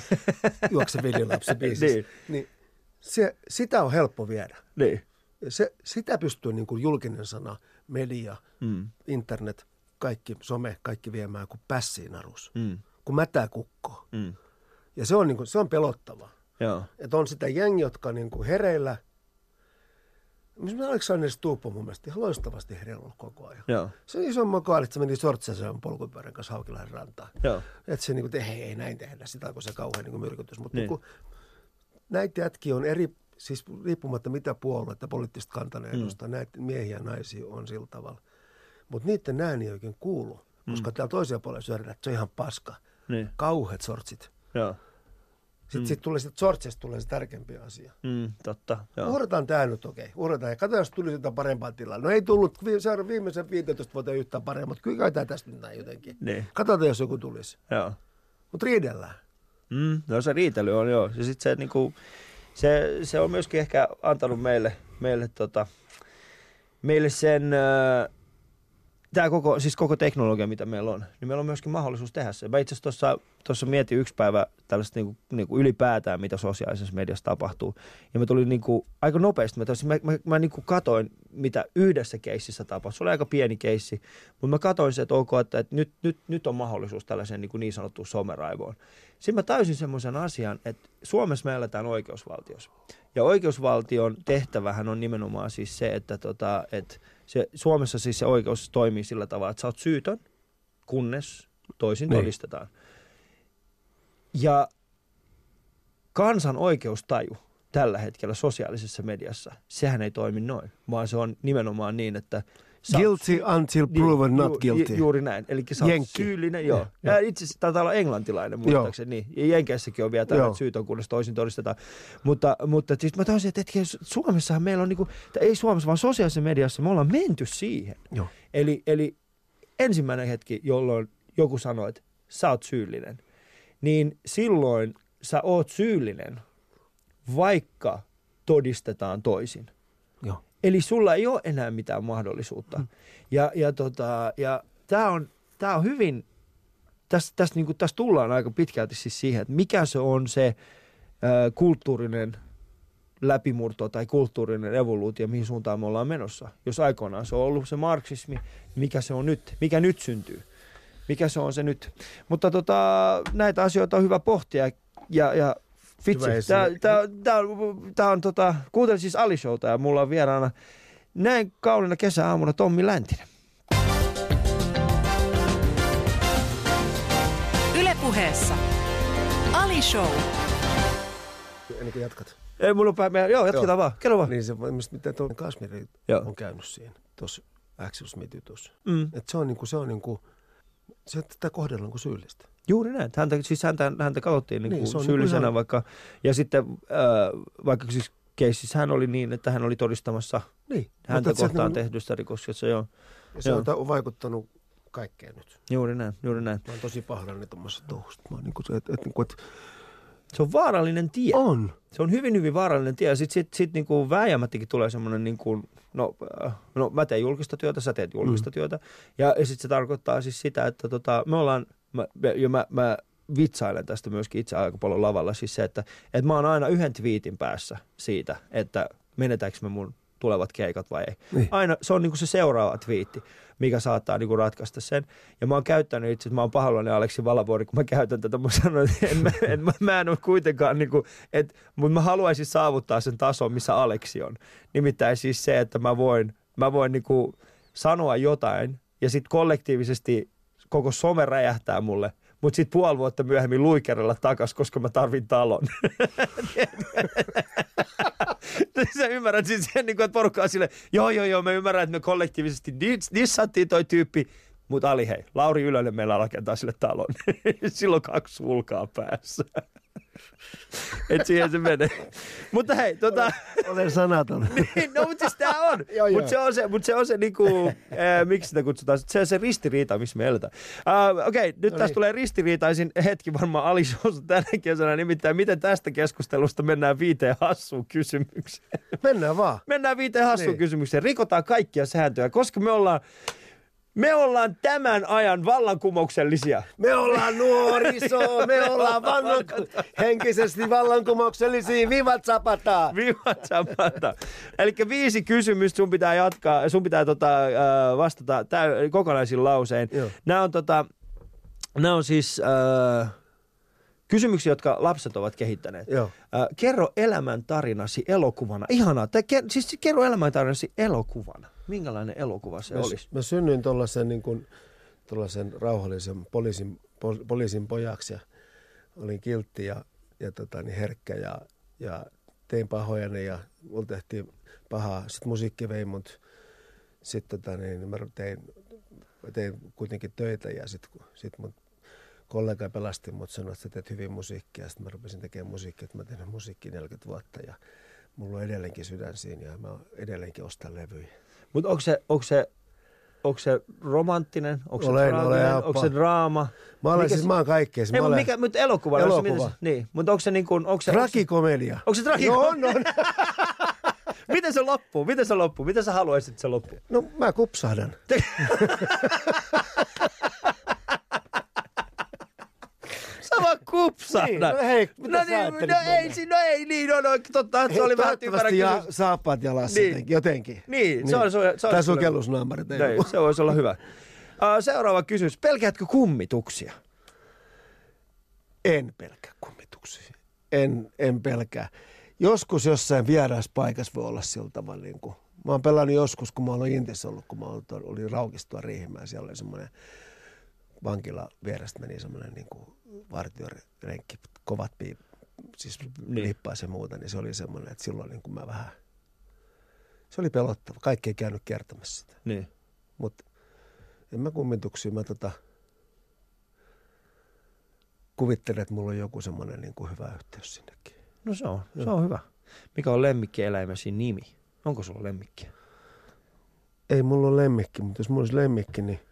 Juokse viljelapsi biisissä. Niin. niin. Se, sitä on helppo viedä. Niin. Se, sitä pystyy niin kuin julkinen sana, media, mm. internet, kaikki some, kaikki viemään kuin pässiin narus, mm. kuin mätää kukkoa. Mm. Ja se on, niin kuin, se on pelottavaa. Että on sitä jengi, jotka niin kuin hereillä. Mielestäni Aleksander Stubb on mun mielestä ihan loistavasti hereillä ollut koko ajan. Joo. Se on iso mokaali, että se meni sortsaisen polkupyörän kanssa Haukilahen rantaan. Että se niin kuin, hei, ei näin tehdä, sitä onko se kauhean niin kuin myrkytys. Mutta niin. niin näitä jätkiä on eri, siis riippumatta mitä puoluetta, poliittista kantaa edustaa, mm. näitä miehiä ja naisia on sillä tavalla. Mutta niiden ääni ei oikein kuulu, koska mm. täällä toisella puolella syödään, että se on ihan paska. Niin. Kauheat sortsit. Joo. Sitten mm. sit tulee sit sortsista tulee se tärkeämpi asia. Mm, totta. Uhrataan tämä nyt, okei. Okay. Uhrataan ja katsotaan, jos tulisi jotain parempaa tilaa. No ei tullut viimeisen viisitoista vuotta yhtään paremmin, mutta kyllä käytetään tästä nyt näin jotenkin. Niin. Katsotaan, jos joku tulisi. Mutta riidellään. Mm, no se riitely on joo. Ja sit se, niinku, se, se on myöskin ehkä antanut meille, meille, tota, meille sen, äh, tää koko, siis koko teknologia, mitä meillä on, niin meillä on myöskin mahdollisuus tehdä se. Mä itse asiassa tuossa mietin yksi päivä tällaista niinku, niinku ylipäätään, mitä sosiaalisessa mediassa tapahtuu. Ja mä tulin niinku, aika nopeasti, mä, tosin, mä, mä, mä niinku katoin, mitä yhdessä keississä tapahtui. Se oli aika pieni keissi, mutta mä katoin se, että ok, että, että nyt, nyt, nyt on mahdollisuus tällaiseen niin, niin sanottuun someraivoon. Sitten mä täysin semmoisen asian, että Suomessa me eletään oikeusvaltiossa. Ja oikeusvaltion tehtävähän on nimenomaan siis se, että, tota, että se, Suomessa siis se oikeus toimii sillä tavalla, että sä oot syytön, kunnes toisin niin todistetaan. Ja kansan oikeustaju tällä hetkellä sosiaalisessa mediassa, sehän ei toimi noin, vaan se on nimenomaan niin, että guilty until proven not guilty. Ju, juuri näin. Eli sä oot syyllinen, joo. Ja, ja itse asiassa taitaa olla englantilainen, muistaakseni. Niin. Ja Jenkeissäkin on vielä tällä, että syyt on kunnes toisin todistetaan. Mutta, mutta siis mä taisin, että, että Suomessahan meillä on, niin kuin, ei Suomessa, vaan sosiaalisessa mediassa me ollaan menty siihen. Joo. Eli, eli ensimmäinen hetki, jolloin joku sanoo, että sä oot syyllinen, niin silloin sä oot syyllinen, vaikka todistetaan toisin. Joo. Eli sulla ei ole enää mitään mahdollisuutta. Hmm. Ja, ja, tota, ja tämä on, tää on hyvin, tässä täs, niinku, täs tullaan aika pitkälti siis siihen, että mikä se on se ä, kulttuurinen läpimurto tai kulttuurinen evoluutio, mihin suuntaan me ollaan menossa. Jos aikoinaan se on ollut se marksismi, mikä se on nyt, mikä nyt syntyy, mikä se on se nyt. Mutta tota, näitä asioita on hyvä pohtia ja, ja vitsi, tää, tää, tää, tää on tota, kuuntelin siis Ali Showta ja mulla on vieraana näin kauniina kesäaamuna Tommi Läntinen. Yle Puheessa Ali Show. Ennen kuin jatkat. Ei mulla on päivä, joo jatketaan joo. vaan, kerro vaan. Niin se, mitä tuo Kasmiri on käynyt siinä, tuossa Axel Smith jutussa. Mm. Että se on niinku, se on niinku, se, että tätä kohdellaan kuin syyllistä. Juuri näin. Häntä, siis häntä, häntä katsottiin niin niin, syyllisenä ihan vaikka, ja sitten äh, vaikka siis keississä hän oli niin, että hän oli todistamassa niin, häntä kohtaan niin tehdystä rikoksesta. Joo. Ja se joo on vaikuttanut kaikkea nyt. Juuri näin, juuri näin. Mä oon tosi pahdani tuommoisesta touhusta. Mä oon niin kuin se, että, että, että se on vaarallinen tie. on. Se on hyvin, hyvin vaarallinen tie. Sitten sit, sit niinku vääjäämättikin tulee semmoinen, niinku, no, no mä teen julkista työtä, sä teet julkista mm. työtä. Ja, ja sitten se tarkoittaa siis sitä, että tota, me ollaan, mä, ja mä, mä vitsailen tästä myöskin itse aika paljon lavalla, siis se, että, että mä oon aina yhden twiitin päässä siitä, että menetäänkö me mun tulevat keikat vai ei. Niin. Aina se on niinku se seuraava twiitti, mikä saattaa niinku ratkaista sen. Ja mä oon käyttänyt itse asiassa, mä oon pahoillani Aleksi Valavuori, kun mä käytän tätä, mä sanoin, että en, mä, en, mä, mä en ole kuitenkaan, niinku, et, mutta mä haluaisin saavuttaa sen tason, missä Aleksi on. Nimittäin siis se, että mä voin, mä voin niinku sanoa jotain ja sitten kollektiivisesti koko some räjähtää mulle. Mutta sitten puoli vuotta myöhemmin luikerella takas, koska mä tarvin talon. Sä ymmärrät siis sen, että porukka on silleen, joo, joo, joo, me ymmärrän, että me kollektiivisesti dissattiin toi tyyppi. Mutta Ali, hei, Lauri Ylönen meillä rakentaa sille talon. Silloin kaksi sulkaa päässä. Et siihen se menee. Mutta hei, tota... Olen sanaton. niin, no, mutta siis tää on. Mutta se on se, mut se on se niinku, ää, miksi sitä kutsutaan? Se on se ristiriita, missä me eletään. Uh, Okei, okay, nyt no tässä niin. tulee ristiriitaisin hetki varmaan Ali Showssa tänä kesänä. Nimittäin, miten tästä keskustelusta mennään viiteen hassuun kysymykseen. Mennään vaan. Mennään viiteen hassuun niin. kysymykseen. Rikotaan kaikkia sääntöjä, koska me ollaan... Me ollaan tämän ajan vallankumouksellisia. Me ollaan nuoriso, me ollaan vallan, henkisesti vallankumouksellisia. Vivat Zapata! Vivat Zapata. Eli viisi kysymystä sun pitää jatkaa, sun pitää tota, vastata täy- kokonaisin lausein. Joo. Nämä on, tota, nämä on siis äh, kysymyksiä, jotka lapset ovat kehittäneet. Joo. Äh, kerro elämän tarinasi elokuvana. Ihanaa. Tää, ke- siis kerro elämän tarinasi elokuvana. Minkälainen elokuva se mä, olisi? Mä synnyin tuollaisen niin kuin, rauhallisen poliisin, pol, poliisin pojaksi ja olin kiltti ja, ja tota, niin herkkä ja, ja tein pahojani ja mulla tehtiin pahaa. Sitten musiikki vei mut. Sitten tota, niin, mä tein, tein kuitenkin töitä ja sitten sit mun kollega pelasti mut, sanoi, että sä teet hyvin musiikkia. Sitten mä rupesin tekemään musiikkia, että mä tein musiikkia neljäkymmentä vuotta ja mulla on edelleenkin sydän siinä ja mä edelleenkin ostan levyjä. Mutta onko se, onko, se, onko se romanttinen, onko se traaginen, onko se draama? Mä olen siis, mä oon kaikkea. Ei, mutta mikä, mutta elokuva. Elokuva. Se, niin, mutta onko se niin kuin, onko se... Trakikomedia. Onko se trakikomedia? No on, on. Miten se loppuu? Miten se loppuu? Miten sä haluaisit, että se loppuu? No mä kupsahdan. Sä vaan kupsahdan. Niin, no hei, mitä no, sä niin, no, ei, no ei, niin, no, no totta, se oli vähän typerä kysymys. Ja saappaat jalassa niin. jotenkin. Niin, niin. Se on, se on, se on, tai sukellusnaamarit. Niin, se voisi olla hyvä. Uh, seuraava kysymys. Pelkäätkö kummituksia? En pelkää kummituksia. En, en pelkää. Joskus jossain vieraassa paikassa voi olla sillä tavalla. Niin kuin, mä oon pelannut joskus, kun mä oon Intissä ollut, kun mä olin Raukistua Riihimäen. Siellä oli semmoinen vankila vierestä meni semmoinen niin kuin vartiorenkki, kovat piip, siis niin. lippaisi ja muuta, niin se oli semmoinen, että silloin niin kuin mä vähän, se oli pelottava. Kaikki ei käynyt kertomassa sitä. Niin. Mutta en mä kummituksia, mä tota, kuvittelen, että mulla on joku semmoinen niin kuin hyvä yhteys sinnekin. No se on, se on hyvä. Mikä on lemmikkieläimesi nimi? Onko sulla lemmikkiä? Ei mulla ole lemmikki, mutta jos mulla olisi lemmikki, niin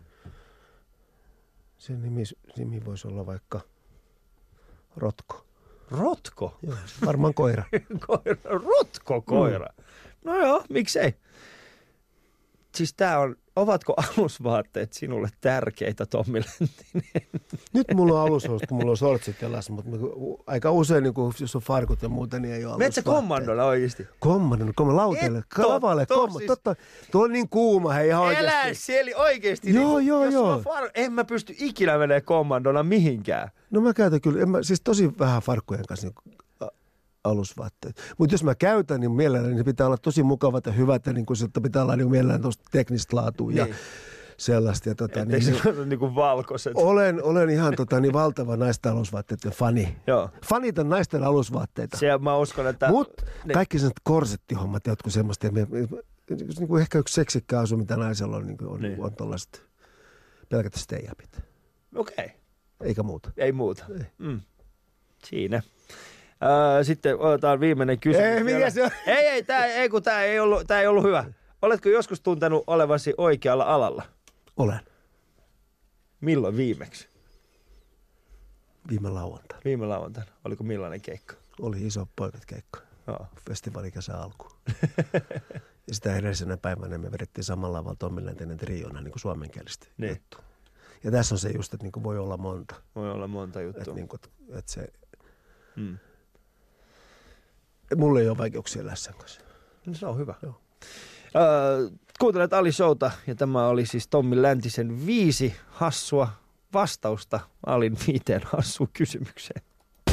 se nimi, nimi voisi olla vaikka Rotko. Rotko? Joo, varmaan koira. koira. Rotko koira. Mm. No joo, miksei. Siis tää on, ovatko alusvaatteet sinulle tärkeitä, Tommi Lenttinen? Nyt mulla on alusvaatteet, kun mulla on sortsit jalassa, mutta aika usein, niin kun, jos on farkut ja muuta, niin ei ole alusvaatteet. Metsä kommandolla oikeesti? Kommandolla, kommandolla, lauteelle, lavalle, kommandolla. Totta, tuo on niin kuuma, hei ihan oikeesti. Elä siellä oikeesti. Joo, niin, joo, jos joo. Far... En mä pysty ikinä menee kommandolla mihinkään. No mä käytän kyllä, en mä, siis tosi vähän farkkujen kanssa niin alusvaatteet. Mutta jos mä käytän, niin mielelläni niin pitää olla tosi mukavat ja hyvät ja niin kuin siltä pitää olla niin mielellään tuosta teknistä laatua ja niin. sellaista. Ja tota, Etteikö niin, se ole niin kuin valkoiset? Olen, olen ihan tota, niin valtava naisten alusvaatteiden fani. Joo. Fanitan naisten alusvaatteita. Se mä uskon, että... Mutta niin. kaikki sellaiset korsettihommat ja jotkut semmoista. Ja me, niin kuin ehkä yksi seksikkä asu, mitä naisella on, niin kuin on, niin. on tuollaiset pelkät stay-upit. Okei. Okay. Eikä muuta. Ei muuta. Ei. Mm. Siinä. Äh, sitten otetaan viimeinen kysymys. Ei, mikä se on? Ei, ei, tää, ei, kun tää ei ollut, tää ei ollut hyvä. Oletko joskus tuntenut olevasi oikealla alalla? Olen. Milloin viimeksi? Viime lauantaina. Viime lauantaina. Oliko millainen keikka? Oli iso poikat keikka. Joo. Festivaalikesä alku. Ja sitä edellisenä päivänä me vedettiin samalla lavalla Tommi Läntinen triona niin kuin suomenkielistä niin. juttua. Ja tässä on se just, että niin kuin voi olla monta. Voi olla monta juttua. Että, niin kuin, että se... Mm. Mulla ei ole vaikeuksia elää sen kanssa. No, se on hyvä. Joo. Öö, kuuntelet Ali Showta ja tämä oli siis Tommi Läntisen viisi hassua vastausta Alin viiteen hassuun kysymykseen.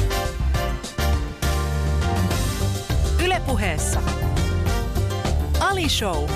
Yle Puheessa Ali Show.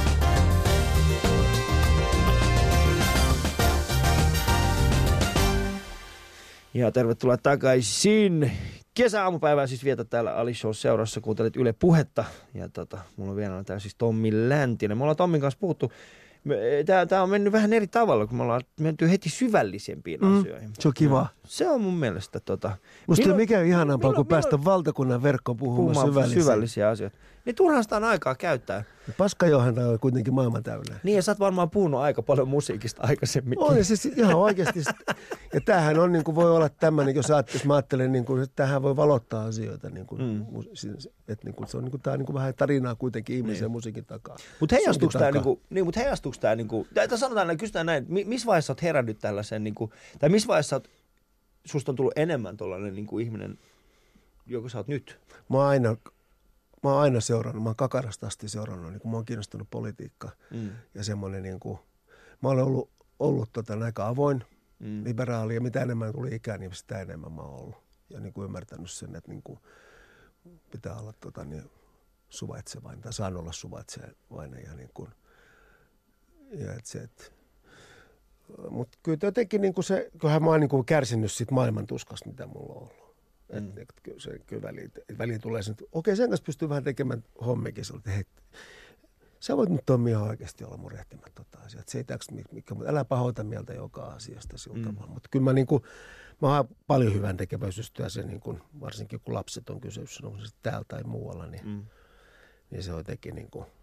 Ja tervetuloa takaisin. Kesäaamupäivää siis vietä täällä Ali Show seurassa, kuuntelet Yle Puhetta. Ja tota, mulla on vielä täällä siis Tommi Läntinen. Me ollaan Tommin kanssa puhuttu. Tää, tää on mennyt vähän eri tavalla, kun me ollaan menty heti syvällisempiin mm, asioihin. Se on kiva. Se on mun mielestä tota... Musta ei mikään ihanampaa, milloin, kun milloin, päästä valtakunnan verkkoon puhumaan, puhumaan syvällisiä. syvällisiä asioita. Niin turhaan sitä on aikaa käyttää. Paskajohanta on kuitenkin maailman täynnä. Niin, ja sä oot varmaan puhunut aika paljon musiikista aikaisemmin. On, siis ihan oikeasti. Ja tämähän on, niin kuin voi olla tämmöinen, jos, jos mä ajattelen, niin kuin, että tämähän voi valottaa asioita. Niin kuin, mm. että niin kuin, se on niin kuin, tämä on niin kuin vähän tarinaa kuitenkin ihmisen niin. musiikin takaa. Mutta heijastuuko tämä, niin kuin, niin, mut heijastuuko tämä, niin kuin, tai sanotaan, kysytään näin, missä vaiheessa olet herännyt tällaisen, niin kuin, tai missä vaiheessa olet, susta on tullut enemmän tuollainen niin kuin ihminen, joka sä oot nyt? Mä oon aina... Mä oon aina seurannut, mä oon kakarasta asti seurannut, niin kun mä oon kiinnostunut politiikka mm. ja semmoinen niin kuin, mä olen ollut, ollut tota, aika avoin, mm. liberaali ja mitä enemmän tuli ikää, niin sitä enemmän mä oon ollut. Ja niin kuin ymmärtänyt sen, että niin kuin, pitää olla tota, niin, suvaitsevainen tai saan olla suvaitsevainen ja niin kuin, ja et se, et, mutta kyllä jotenkin niin kuin se, kyllähän mä oon niin kuin kärsinyt siitä maailman tuskasta, mitä mulla on ollut. Mm. Että et, kyllä, se, kyllä väliin, väliin tulee sen, että okei, sen kanssa pystyy vähän tekemään hommikin. Että hei, sä voit nyt Tommi ihan oikeasti olla murehtimaan tota asiaa. Se ei täks, mikä, mutta älä pahoita mieltä joka asiasta sillä mm. tavalla. Mutta kyllä mä, niin kuin, mä oon paljon hyvän tekeväisyystyä sen, niin kuin, varsinkin kun lapset on kyseys, on se täällä tai muualla, niin, mm. niin se on jotenkin niin kuin,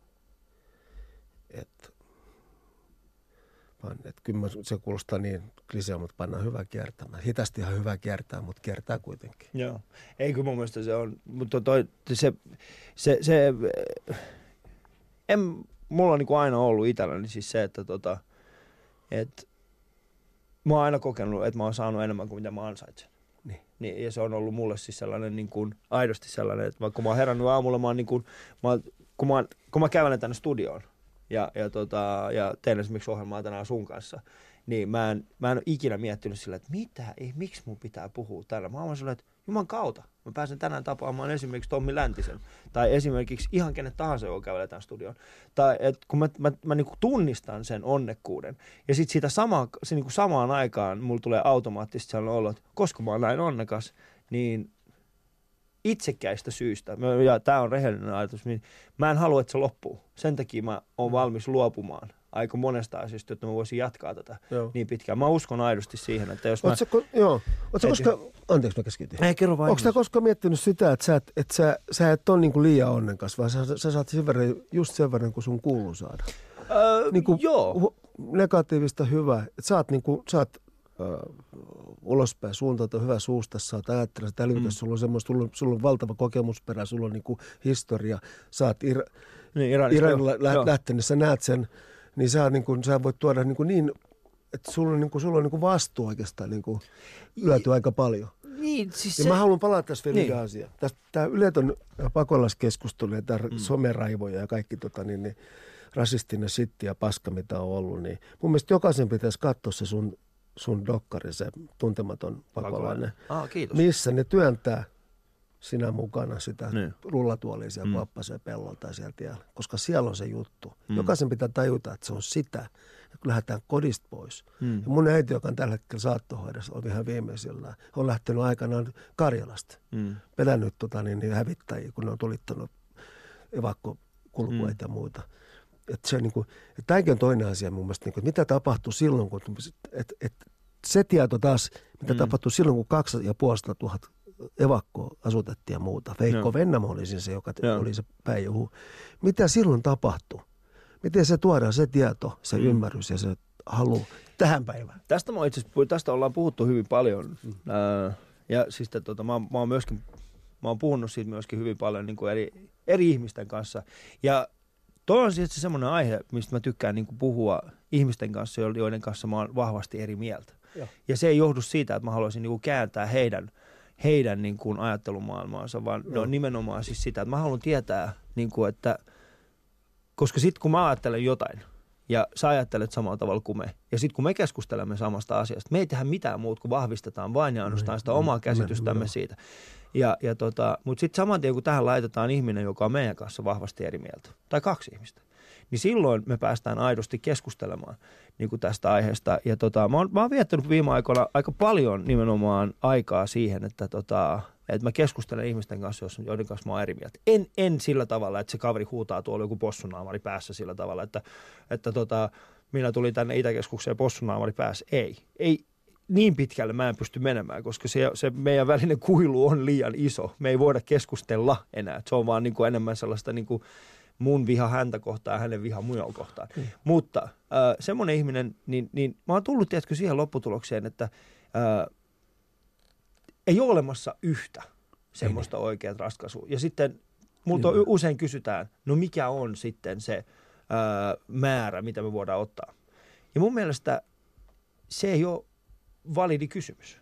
että että kyllä se kuulostaa niin klisea, mutta pannaan hyvä kiertämään. Hitaasti ihan hyvä kiertää, mutta kiertää kuitenkin. Joo. Ei kyllä mun mielestä se on, mutta toi, se, se, se en, mulla on niin kuin aina ollut itselläni siis se, että tota, et, mä oon aina kokenut, että mä oon saanut enemmän kuin mitä mä ansaitsen. Niin. Niin, ja se on ollut mulle siis sellainen niin kuin, aidosti sellainen, että kun mä oon herännyt aamulla, mä oon niin kuin, mä, kun, mä, kun mä kävelen tänne studioon, Ja, ja, tota, ja teen esimerkiksi ohjelmaa tänään sun kanssa, niin mä en, mä en ole ikinä miettinyt sillä, että mitä, ei, miksi mun pitää puhua tällä. Mä oon sillä, että juman kautta, mä pääsen tänään tapaamaan esimerkiksi Tommi Läntisen, tai esimerkiksi ihan kenet tahansa, joka kävelee tämän studioon. Tai että kun mä, mä, mä niin kuin tunnistan sen onnekkuuden, ja sitten siitä sama, se niin kuin samaan aikaan mulla tulee automaattisesti sellainen olo, että koska mä oon näin onnekas, niin itsekäistä syystä, ja tämä on rehellinen ajatus, niin mä en halua, että se loppuu. Sen takia mä oon valmis luopumaan aika monesta asiasta, jotta mä voisin jatkaa tätä joo. niin pitkään. Mä uskon aidosti siihen, että jos Oot mä... Ko- joo. Ootko koska... Anteeksi, mä keskityin. Ei, kerro vain. Onko sä koskaan miettinyt sitä, että sä et, että sä, sä et ole niinku liian onnekas, vaan sä, sä saat sen verran, just sen verran, kun sun kuuluu saada? Öö, niinku, joo. Negatiivista hyvää. Että sä oot niinku... Sä oot, Uh, ulospäin suuntautua hyvä suusta, sä oot ajattelemaan, että älykäs, mm. sulla on semmoista, sulla, sulla on valtava kokemusperä, sulla on niinku historia, sä oot Ir- niin, Iranilla lä- lähtenyt, sä näet sen, niin sä, niinku, sä voit tuoda niinku niin, että sulla on, niinku, sulla on niinku vastuu oikeastaan niinku lyöty aika paljon. Niin, siis ja se... mä haluan palata tässä vielä niin. asiaan. Tämä yletön pakolaiskeskustelu ja tämä mm. someraivoja ja kaikki tota, niin, niin, rasistinen sitti ja paska, mitä on ollut, niin mun mielestä jokaisen pitäisi katsoa se sun sun dokkari, se tuntematon pakolainen, ah, missä ne työntää sinä mukana sitä niin. rullatuolia siellä mm. Kuoppaseen pellolta sieltä tiellä, koska siellä on se juttu. Mm. Jokaisen pitää tajuta, että se on sitä, ja kun lähdetään kodista pois. Mm. Ja mun äiti, joka on tällä hetkellä saattohoidossa, on ihan viimeisellä, on lähtenyt aikanaan Karjalasta, mm. pelännyt tota, niin, niin hävittäjiä, kun ne on tulittanut evakkokulkueita mm. ja muuta. Että se, niin kuin, että tämäkin on toinen asia mun mielestä, niin kuin, että mitä tapahtuu silloin, kun että, että se tieto taas, mitä mm. tapahtuu silloin, kun kaksi ja puolesta tuhat evakkoa asutettiin ja muuta. Veikko no. Vennamo oli se, joka no. oli se päijohu. Mitä silloin tapahtui? Miten se tuodaan, se tieto, se mm. ymmärrys ja se halu tähän päivään. Tästä, mä itse asiassa, tästä ollaan puhuttu hyvin paljon. Mm. Äh, ja siis tota, mä, mä, oon myöskin, mä oon puhunut siitä myöskin hyvin paljon niin kuin eri, eri ihmisten kanssa. Ja toi on siis semmoinen aihe, mistä mä tykkään niin kuin puhua ihmisten kanssa, joiden kanssa mä oon vahvasti eri mieltä. Ja, ja se ei johdu siitä, että mä haluaisin niin kuin kääntää heidän, heidän niin kuin ajattelumaailmaansa, vaan ne on nimenomaan siis sitä, että mä haluan tietää, niin kuin, että koska sitten kun mä ajattelen jotain, ja sä ajattelet samalla tavalla kuin me. Ja sitten kun me keskustelemme samasta asiasta, me ei tehdä mitään muuta kuin vahvistetaan vain ja ainoastaan sitä omaa käsitystämme siitä. Ja, ja tota, mutta sitten saman tien kun tähän laitetaan ihminen, joka on meidän kanssa vahvasti eri mieltä, tai kaksi ihmistä, niin silloin me päästään aidosti keskustelemaan niin kuin tästä aiheesta. Ja tota, mä, oon, mä oon viettänyt viime aikoina aika paljon nimenomaan aikaa siihen, että tota, että mä keskustelen ihmisten kanssa, joiden kanssa mä oon eri mieltä. En, en sillä tavalla, että se kaveri huutaa tuolla joku possunaamari päässä sillä tavalla, että, että tota, minä tulin tänne Itäkeskukseen possunaamari päässä. Ei, ei. Niin pitkälle mä en pysty menemään, koska se, se meidän välinen kuilu on liian iso. Me ei voida keskustella enää. Se on vaan niin kuin enemmän sellaista niin kuin mun viha häntä kohtaan ja hänen viha minua kohtaan. Mm. Mutta äh, semmoinen ihminen, niin, niin mä oon tullut tiedätkö siihen lopputulokseen, että äh, ei ole olemassa yhtä semmoista oikeaa ratkaisua. Ja sitten multa niin. usein kysytään, no mikä on sitten se ää, määrä, mitä me voidaan ottaa. Ja mun mielestä se ei ole validi kysymys.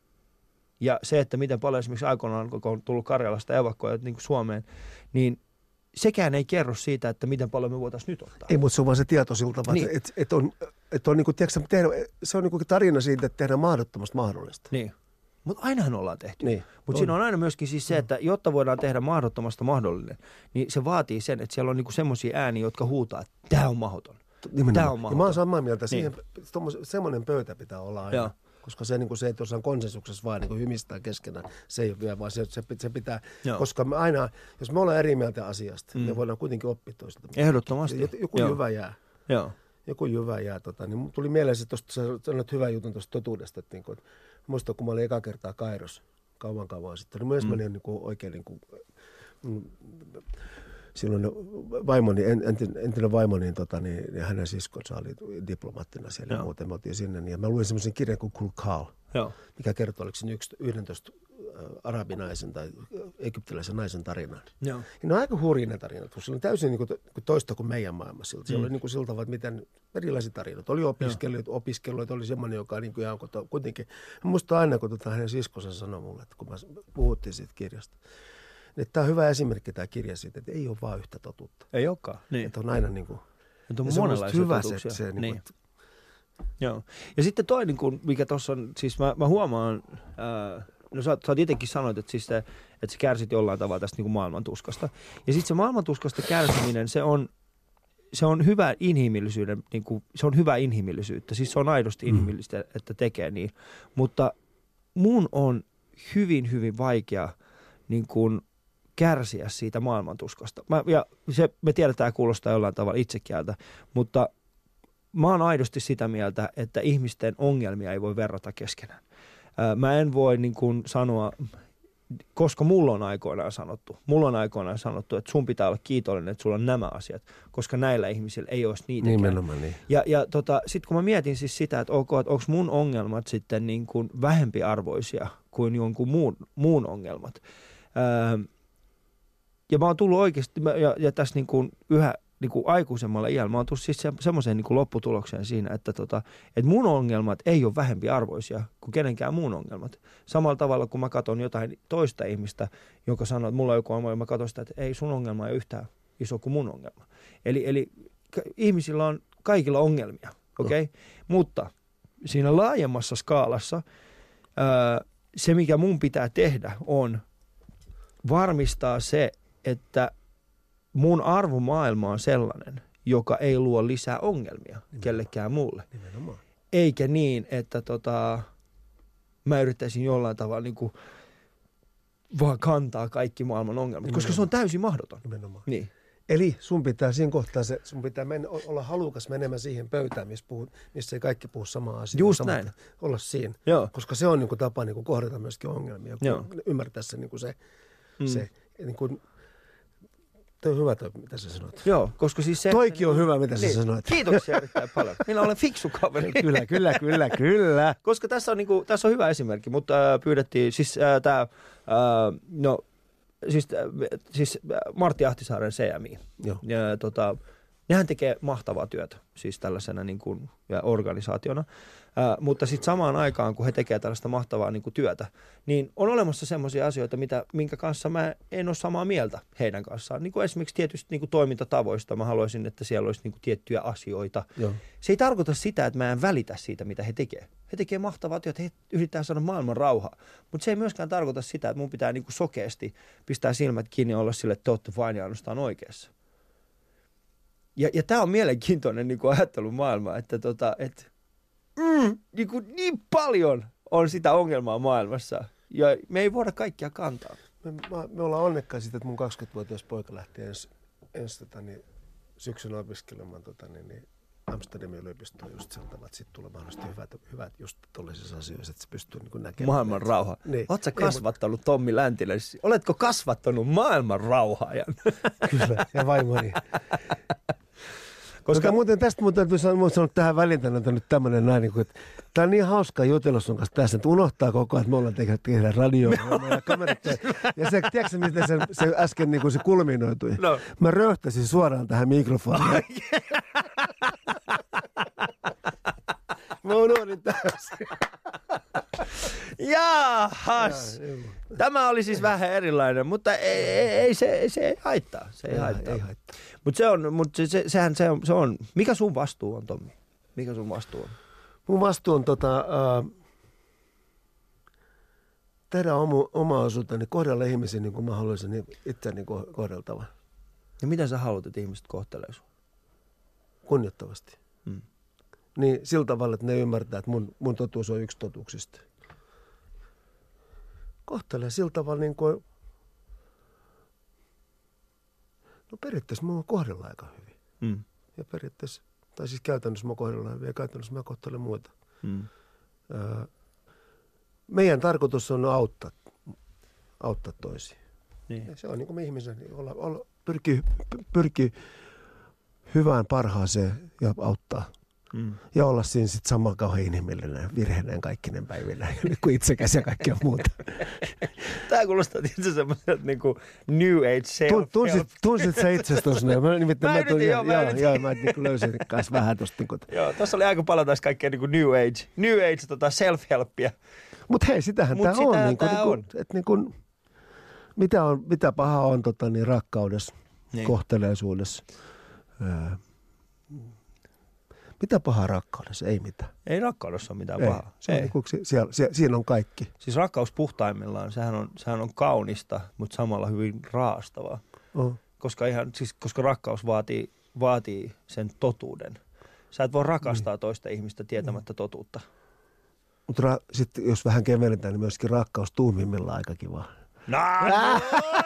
Ja se, että miten paljon esimerkiksi aikoinaan, kun on tullut Karjalasta evakkoja niin kuin Suomeen, niin sekään ei kerro siitä, että miten paljon me voitaisiin nyt ottaa. Ei, mutta se on vaan se tietoisilta, niin. että et on, et on, niin kuin, tiedätkö, tehdä, se on niin kuin tarina siitä, että tehdään mahdottomasta mahdollista. Niin. Mutta ainahan ollaan tehty. Niin, Mutta siinä on aina myöskin siis se, että jotta voidaan tehdä mahdottomasta mahdollinen, niin se vaatii sen, että siellä on niinku semmoisia ääniä, jotka huutaa, että tämä on mahdoton. Tämä on mahdoton. Ja mä oon samaa mieltä, niin. semmoinen pöytä pitää olla aina. Joo. Koska se, niin kuin se ei tuossa konsensuksessa vaan niin hymistää keskenään, se ei ole vaan se, se, se pitää, Joo. koska me aina, jos me ollaan eri mieltä asiasta, mm. me voidaan kuitenkin oppia toisilta. Ehdottomasti. Joku Joo. jyvä jää. Joo. Joku jyvä jää. Tota, niin tuli mieleen se, tuosta, sä sanoit hyvän jutun tuosta totuudesta, että, niin kuin, että muistan, kun mä olin eka kertaa Kairossa kauan kauan sitten, niin myös mm. meni niin kuin, oikein niin kuin, mm, silloin vaimoni, entinen, entinen vaimo, niin, tota, niin hänen siskonsa oli diplomaattina siellä ja muuten me oltiin sinne. Ja mä luin semmoisen kirjan kuin Kul Kal, Joo. mikä kertoo, oliko siinä yksitoista arabinaisen tai egyptiläisen naisen tarinan. Joo. Ja ne on aika hurjia ne tarinat, koska se on täysin niin kuin toista kuin meidän maailmassa. Siellä mm. oli niin kuin siltä, että miten erilaisia tarinoita. Oli opiskelijoita, opiskelijoita oli semmoinen, joka niin kuin kuitenkin, mä muistan aina, kun tota hänen siskonsa sanoi mulle, että kun mä puhuttiin siitä kirjasta, että tämä on hyvä esimerkki tämä kirja siitä, että ei ole vaan yhtä totuutta. Ei olekaan. Niin. Että on aina niin kuin, että on monenlaisia hyvä totuuksia. Se, se, niin niin. Kuin, Joo. Ja sitten toi, niin kuin, mikä tuossa on, siis mä, mä huomaan, ää, no sä, sä oot itsekin sanoit, että, siis te, että sä kärsit jollain tavalla tästä niin kuin maailmantuskasta. Ja sitten se maailmantuskasta kärsiminen, se on, se on hyvä inhimillisyyden, niin kuin, se on hyvä inhimillisyyttä. Siis se on aidosti inhimillistä, mm. että tekee niin. Mutta mun on hyvin, hyvin vaikea niin kuin kärsiä siitä maailmantuskasta. Mä, ja se, me tiedetään, että tämä kuulostaa jollain tavalla itsekieltä, mutta mä oon aidosti sitä mieltä, että ihmisten ongelmia ei voi verrata keskenään. Ää, mä en voi niin kuin sanoa, koska mulla on aikoinaan sanottu, mulla on aikoinaan sanottu, että sun pitää olla kiitollinen, että sulla on nämä asiat, koska näillä ihmisillä ei olisi niitäkään. Nimenomaan niin. Ja, ja tota, sitten kun mä mietin siis sitä, että ok, että onko mun ongelmat sitten niin kuin vähempiarvoisia kuin jonkun muun, muun ongelmat. Ää, ja mä oon tullut oikeasti, ja, ja tässä niin kuin yhä niin kuin aikuisemmalla iällä, mä oon tullut siis se, semmoiseen niin kuin lopputulokseen siinä, että, tota, että mun ongelmat ei ole vähempiarvoisia kuin kenenkään muun ongelmat. Samalla tavalla, kun mä katson jotain toista ihmistä, joka sanoo, että mulla on joku ongelma, ja mä katson sitä, että ei sun ongelma ei yhtään iso kuin mun ongelma. Eli, eli ihmisillä on kaikilla ongelmia, okei? Okay? No. Mutta siinä laajemmassa skaalassa ää, se, mikä mun pitää tehdä, on varmistaa se, että mun arvomaailma on sellainen, joka ei luo lisää ongelmia Nimenomaan. Kellekään muulle. Nimenomaan. Eikä niin, että tota, mä yrittäisin jollain tavalla niin kuin vaan kantaa kaikki maailman ongelmat, Nimenomaan. Koska se on täysin mahdoton. Nimenomaan. Niin. Eli sun pitää siinä kohtaa, se, sun pitää mennä, olla halukas menemään siihen pöytään, missä, puhut, missä ei kaikki puhu samaa asiaa. Just näin. Olla siinä, Joo. koska se on niin kuin tapa niin kuin kohdata myöskin ongelmia, kun ymmärtää se, niin kuin se, mm. se niin kuin, Toi on hyvä toi, mitä sä sanoit. Joo, koska siis se... Toikin on hyvä, mitä niin, sä sanoit. Kiitoksia erittäin paljon. Minä olen fiksu kaveri. Kyllä, kyllä, kyllä, kyllä. Koska tässä on, niinku, tässä on hyvä esimerkki, mutta äh, pyydettiin, siis äh, tämä, äh, no, siis, äh, siis äh, Martti Ahtisaaren C M I. Joo. Ja, tota, nehän tekee mahtavaa työtä, siis tällaisena niin kuin, ja organisaationa. Ää, mutta sitten samaan aikaan, kun he tekevät tällaista mahtavaa niin kuin työtä, niin on olemassa sellaisia asioita, mitä, minkä kanssa mä en ole samaa mieltä heidän kanssaan. Niin kuin esimerkiksi tietysti niin kuin toimintatavoista. Mä haluaisin, että siellä olisi niin kuin tiettyjä asioita. Joo. Se ei tarkoita sitä, että mä en välitä siitä, mitä he tekevät. He tekevät mahtavaa työtä, he yrittää saada maailman rauhaa. Mutta se ei myöskään tarkoita sitä, että mun pitää niin kuin sokeasti pistää silmät kiinni ja olla sille, että te olette vain ja ainoastaan oikeassa. Ja, ja tämä on mielenkiintoinen niin kuin ajattelumaailma, että tota, et, mm, niin, kuin niin paljon on sitä ongelmaa maailmassa ja me ei voida kaikkia kantaa. Me, mä, me ollaan onnekkaita siitä, että mun kaksikymmentävuotias poika lähti ens, ens tota, niin, syksyn opiskelemaan tota, niin, niin Amsterdamin yliopistoon just sillä tavalla, että sitten tulee mahdollisesti hyvät, hyvät just tuollaisissa asioissa, että se pystyy niin näkemään. Maailman rauha. Niin. Oletko sä kasvattanut Tommi Läntilä? Oletko kasvattanut maailman rauhaajan? Kyllä, ja vaimoni. Koska Koska muuten tästä mun täytyy sanoa, sanoa tähän väliin nyt tämmöinen näin, että tämä on niin hauskaa jutella sun kanssa tässä, että unohtaa koko ajan, että me ollaan tehdä, tehdä radioa ja kamerat. Ja se, tiedätkö miten se, se äsken niin kuin se kulminoitui? No. Mä röyhtäsin suoraan tähän mikrofoniin. Mä unohdin täysin. Jaahas! Ja, tämä oli siis vähän erilainen, mutta ei, ei, ei, se, se ei haittaa. Se ei, ei haittaa. Ei haittaa. Mutta se on, mut se, se, sehän se on, se on, mikä sun vastuu on, Tommi? Mikä sun vastuu on? Mun vastuu on tota, äh, tehdä oma, oma osuuteni, kohdella ihmisiä niin kuin mä haluaisin itseäni kohdeltavan. Ja miten sä haluat, että ihmiset kohtelee sua? Kunnioittavasti. Hmm. Niin sillä tavalla, että ne ymmärtää, että mun, mun totuus on yksi totuuksista. Kohtelee sillä tavalla niin kuin, no periaatteessa mua kohdellaan aika hyvin. Hmm. Ja periaatteessa, tai siis käytännössä mua kohdellaan hyvin ja käytännössä mä kohtelen muita. Hmm. Öö, meidän tarkoitus on auttaa, auttaa toisia. Niin. Ja se on niin kuin me ihmisen, olla, olla, pyrkii, pyrkii hyvään parhaaseen ja auttaa. Mm. Ja olla siinä sitten sama kauhean inhimillinen, virheinen kaikkinen päivinä, kuin itsekäs ja kaikkea muuta. Tämä kuulostaa itse semmoiselta niin kuin New Age self-help. Tunsit, tunsit sä itsestä tuossa? Mä nimittäin mä mä, tulin, joo, joo, mä joo, mä niin löysin kanssa vähän tuosta. Niin joo, tuossa oli aika paljon taas kaikkea niin kuin New Age, New Age tota self-helpia. Mutta hei, sitähän Mut tämä on. Sitähän niin kuin, tää niin on. kuin, et niin kuin, mitä, on, mitä pahaa on tota, niin rakkaudessa, niin. Kohteleisuudessa. Öö, mitä pahaa rakkaudessa? Ei mitään. Ei rakkaudessa ole mitään Ei. pahaa. Se on, Ei. niin kuin, siellä, siellä, siinä on kaikki. Siis rakkaus puhtaimmillaan, sehän on, sehän on kaunista, mutta samalla hyvin raastavaa. Oh. Koska, ihan, siis, koska rakkaus vaatii, vaatii sen totuuden. Sä et voi rakastaa mm. toista ihmistä tietämättä mm. totuutta. Mutta ra- sitten jos vähän kevennetään, niin myöskin rakkaus tuumimmillaan aika kiva. No, no.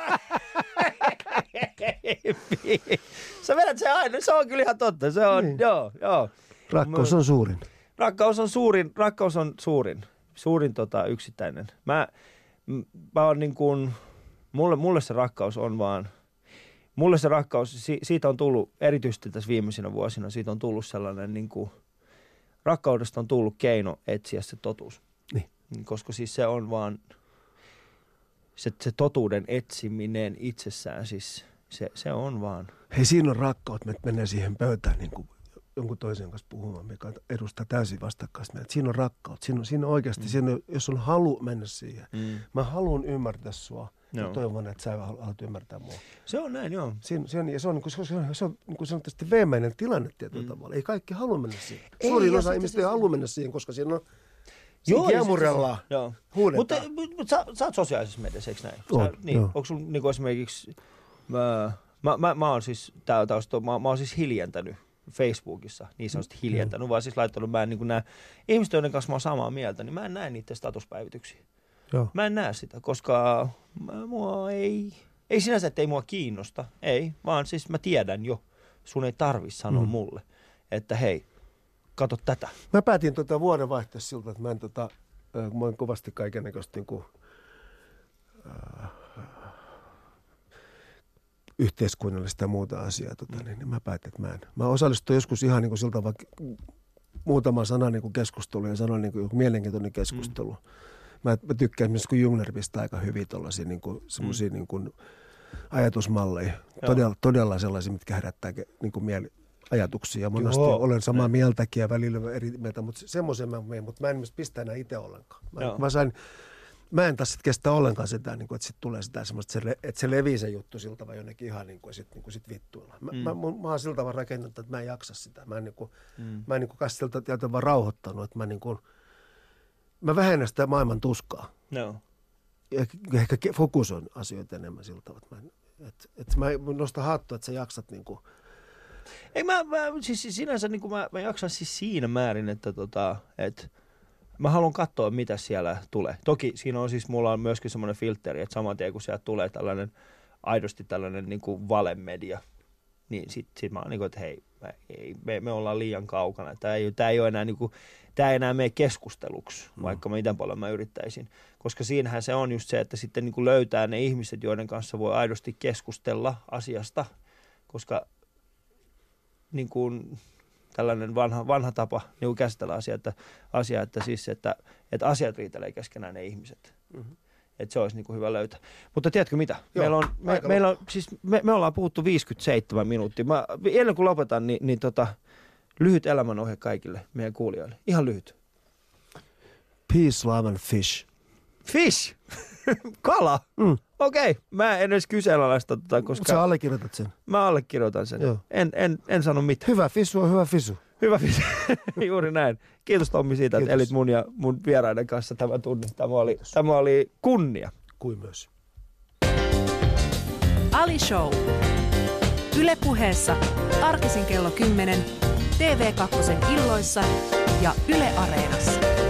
Sä vedät se aina, se on kyllä ihan totta. Se on, niin. joo, joo. Rakkaus on suurin. Rakkaus on suurin, rakkaus on suurin, suurin tota, yksittäinen. Mä, mä oon niin kuin, mulle, mulle se rakkaus on vaan, mulle se rakkaus, si, siitä on tullut, erityisesti tässä viimeisinä vuosina, siitä on tullut sellainen niin kuin, rakkaudesta on tullut keino etsiä se totuus. Niin. Koska siis se on vaan, se, se totuuden etsiminen itsessään siis, se, se on vaan. Hei, siinä on rakkaus, että menee siihen pöytään niin kuin jonkun toisen kanssa puhumaan, mikä edustaa täysin vastakkaista meitä. Siinä on rakkaus. Siinä on, siinä on oikeasti, mm. siinä on, jos on halu mennä siihen. Mm. Mä haluan ymmärtää sua. No. Ja toivon, että sä haluat ymmärtää mua. Se on näin, joo. Siinä, se on, ja se on, se on, se on, se on niin kuin sanotusti veemäinen tilanne tietyllä mm. tavalla. Ei kaikki halua mennä siihen. Ei, suurin osa ihmistä ei se... halua mennä siihen, koska siinä on siinä kiemurellaan. Joo. Mutta mut, sä, sä oot sosiaalisessa mediassa, eikö näin? Sä, on, niin, onko sulla niin esimerkiksi, mä, mä, mä, mä oon siis, tää, tää, mä, mä oon siis hiljentänyt Facebookissa, niin sanotusti hiljentänyt, mm. vaan siis laittanut, mä en niin kuin näe, ihmiset, joiden kanssa mä oon samaa mieltä, niin mä en näe niiden statuspäivityksiä. Joo. Mä en näe sitä, koska mä, mua ei, ei sinänsä, että ei mua kiinnosta, ei, vaan siis mä tiedän jo, sun ei tarvi sanoa mm. mulle, että hei, kato tätä. Mä päätin tota vuodenvaihteessa siltä, että mä en tota, mä oon kovasti kaikennäköistä niinku, äh, yhteiskunnallista ja muuta asiaa. Tota, niin, niin mä päätin, että mä en. Mä osallistuin joskus ihan niin kuin siltä vaikka muutama sana niin kuin keskusteluun ja sanoin niin kuin mielenkiintoinen keskustelu. Mm. Mä, mä tykkään esimerkiksi, kun Jungner pistää aika hyvin tuollaisia niin kuin, semmoisia mm. niin kuin ajatusmalleja. Todella, todella sellaisia, mitkä herättää niin kuin mieli, ajatuksia. Monesti Joo. olen samaa mieltäkin ja välillä eri mieltä, mutta semmoisen mä menen, mutta mä en pistä enää itse ollenkaan. Mä, mä, sain, mä en taas sit kestä ollenkaan sitä, niin kuin, että sitten tulee sitä semmoista, että se, että se levii se juttu siltä vaan jonnekin ihan niin kuin, sit, niin kuin sit vittuilla. Mä, mm. mä, mä, mä oon siltä vaan rakentanut, että mä en jaksa sitä. Mä en, niin kuin, mm. mä en niin kuin siltä vaan rauhoittanut, että mä, niin kuin, mä vähennän sitä maailman tuskaa. No. Ja ehkä fokusoin asioita enemmän siltä, että mä, et, et mä nostan hattua, että sä jaksat niin kuin. Ei mä, mä siis sinänsä niin kuin mä, mä jaksan siis siinä määrin, että tota, et mä haluan katsoa, mitä siellä tulee. Toki siinä on siis, mulla on myöskin semmoinen filtteri, että saman tien kun sieltä tulee tällainen, aidosti tällainen niin kuin valemedia, niin sit, sit mä oon niin kuin, että hei, mä, ei, me, me ollaan liian kaukana. Tää ei, tää ei ole enää, niin kuin, tää ei enää mene keskusteluksi, mm. vaikka miten paljon mä yrittäisin. Koska siinähän se on just se, että sitten niin kuin löytää ne ihmiset, joiden kanssa voi aidosti keskustella asiasta, koska niin kuin tällainen vanha, vanha tapa niin kuin käsitellä asiaa, että, asia, että, siis, että, että asiat riitelee keskenään ne ihmiset. Mm-hmm. Että se olisi niin kuin hyvä löytää. Mutta tiedätkö mitä? Joo, meillä on, me, meillä on, siis me, me ollaan puhuttu viisikymmentäseitsemän minuuttia. Mä, ennen kuin lopetan, niin, niin tota, lyhyt elämänohje kaikille meidän kuulijoille. Ihan lyhyt. Peace, love and fish. Fish? Kala? Mm. Okei, okay. Mä en edes kyseenalaista tota, koska sä allekirjoitat sen. Mä allekirjoitan sen. En, en, en sano mitään. Hyvä fisu on hyvä fisu. Hyvä fisu. Juuri näin. Kiitos Tommi siitä, Kiitos. Että elit mun ja mun vieraiden kanssa tämän tunnin. Tämä oli, tämä oli kunnia. Kuin myös. Ali Show. Yle Puheessa arkisin kello kymmenen, T V kaksi illoissa ja Yle Areenassa.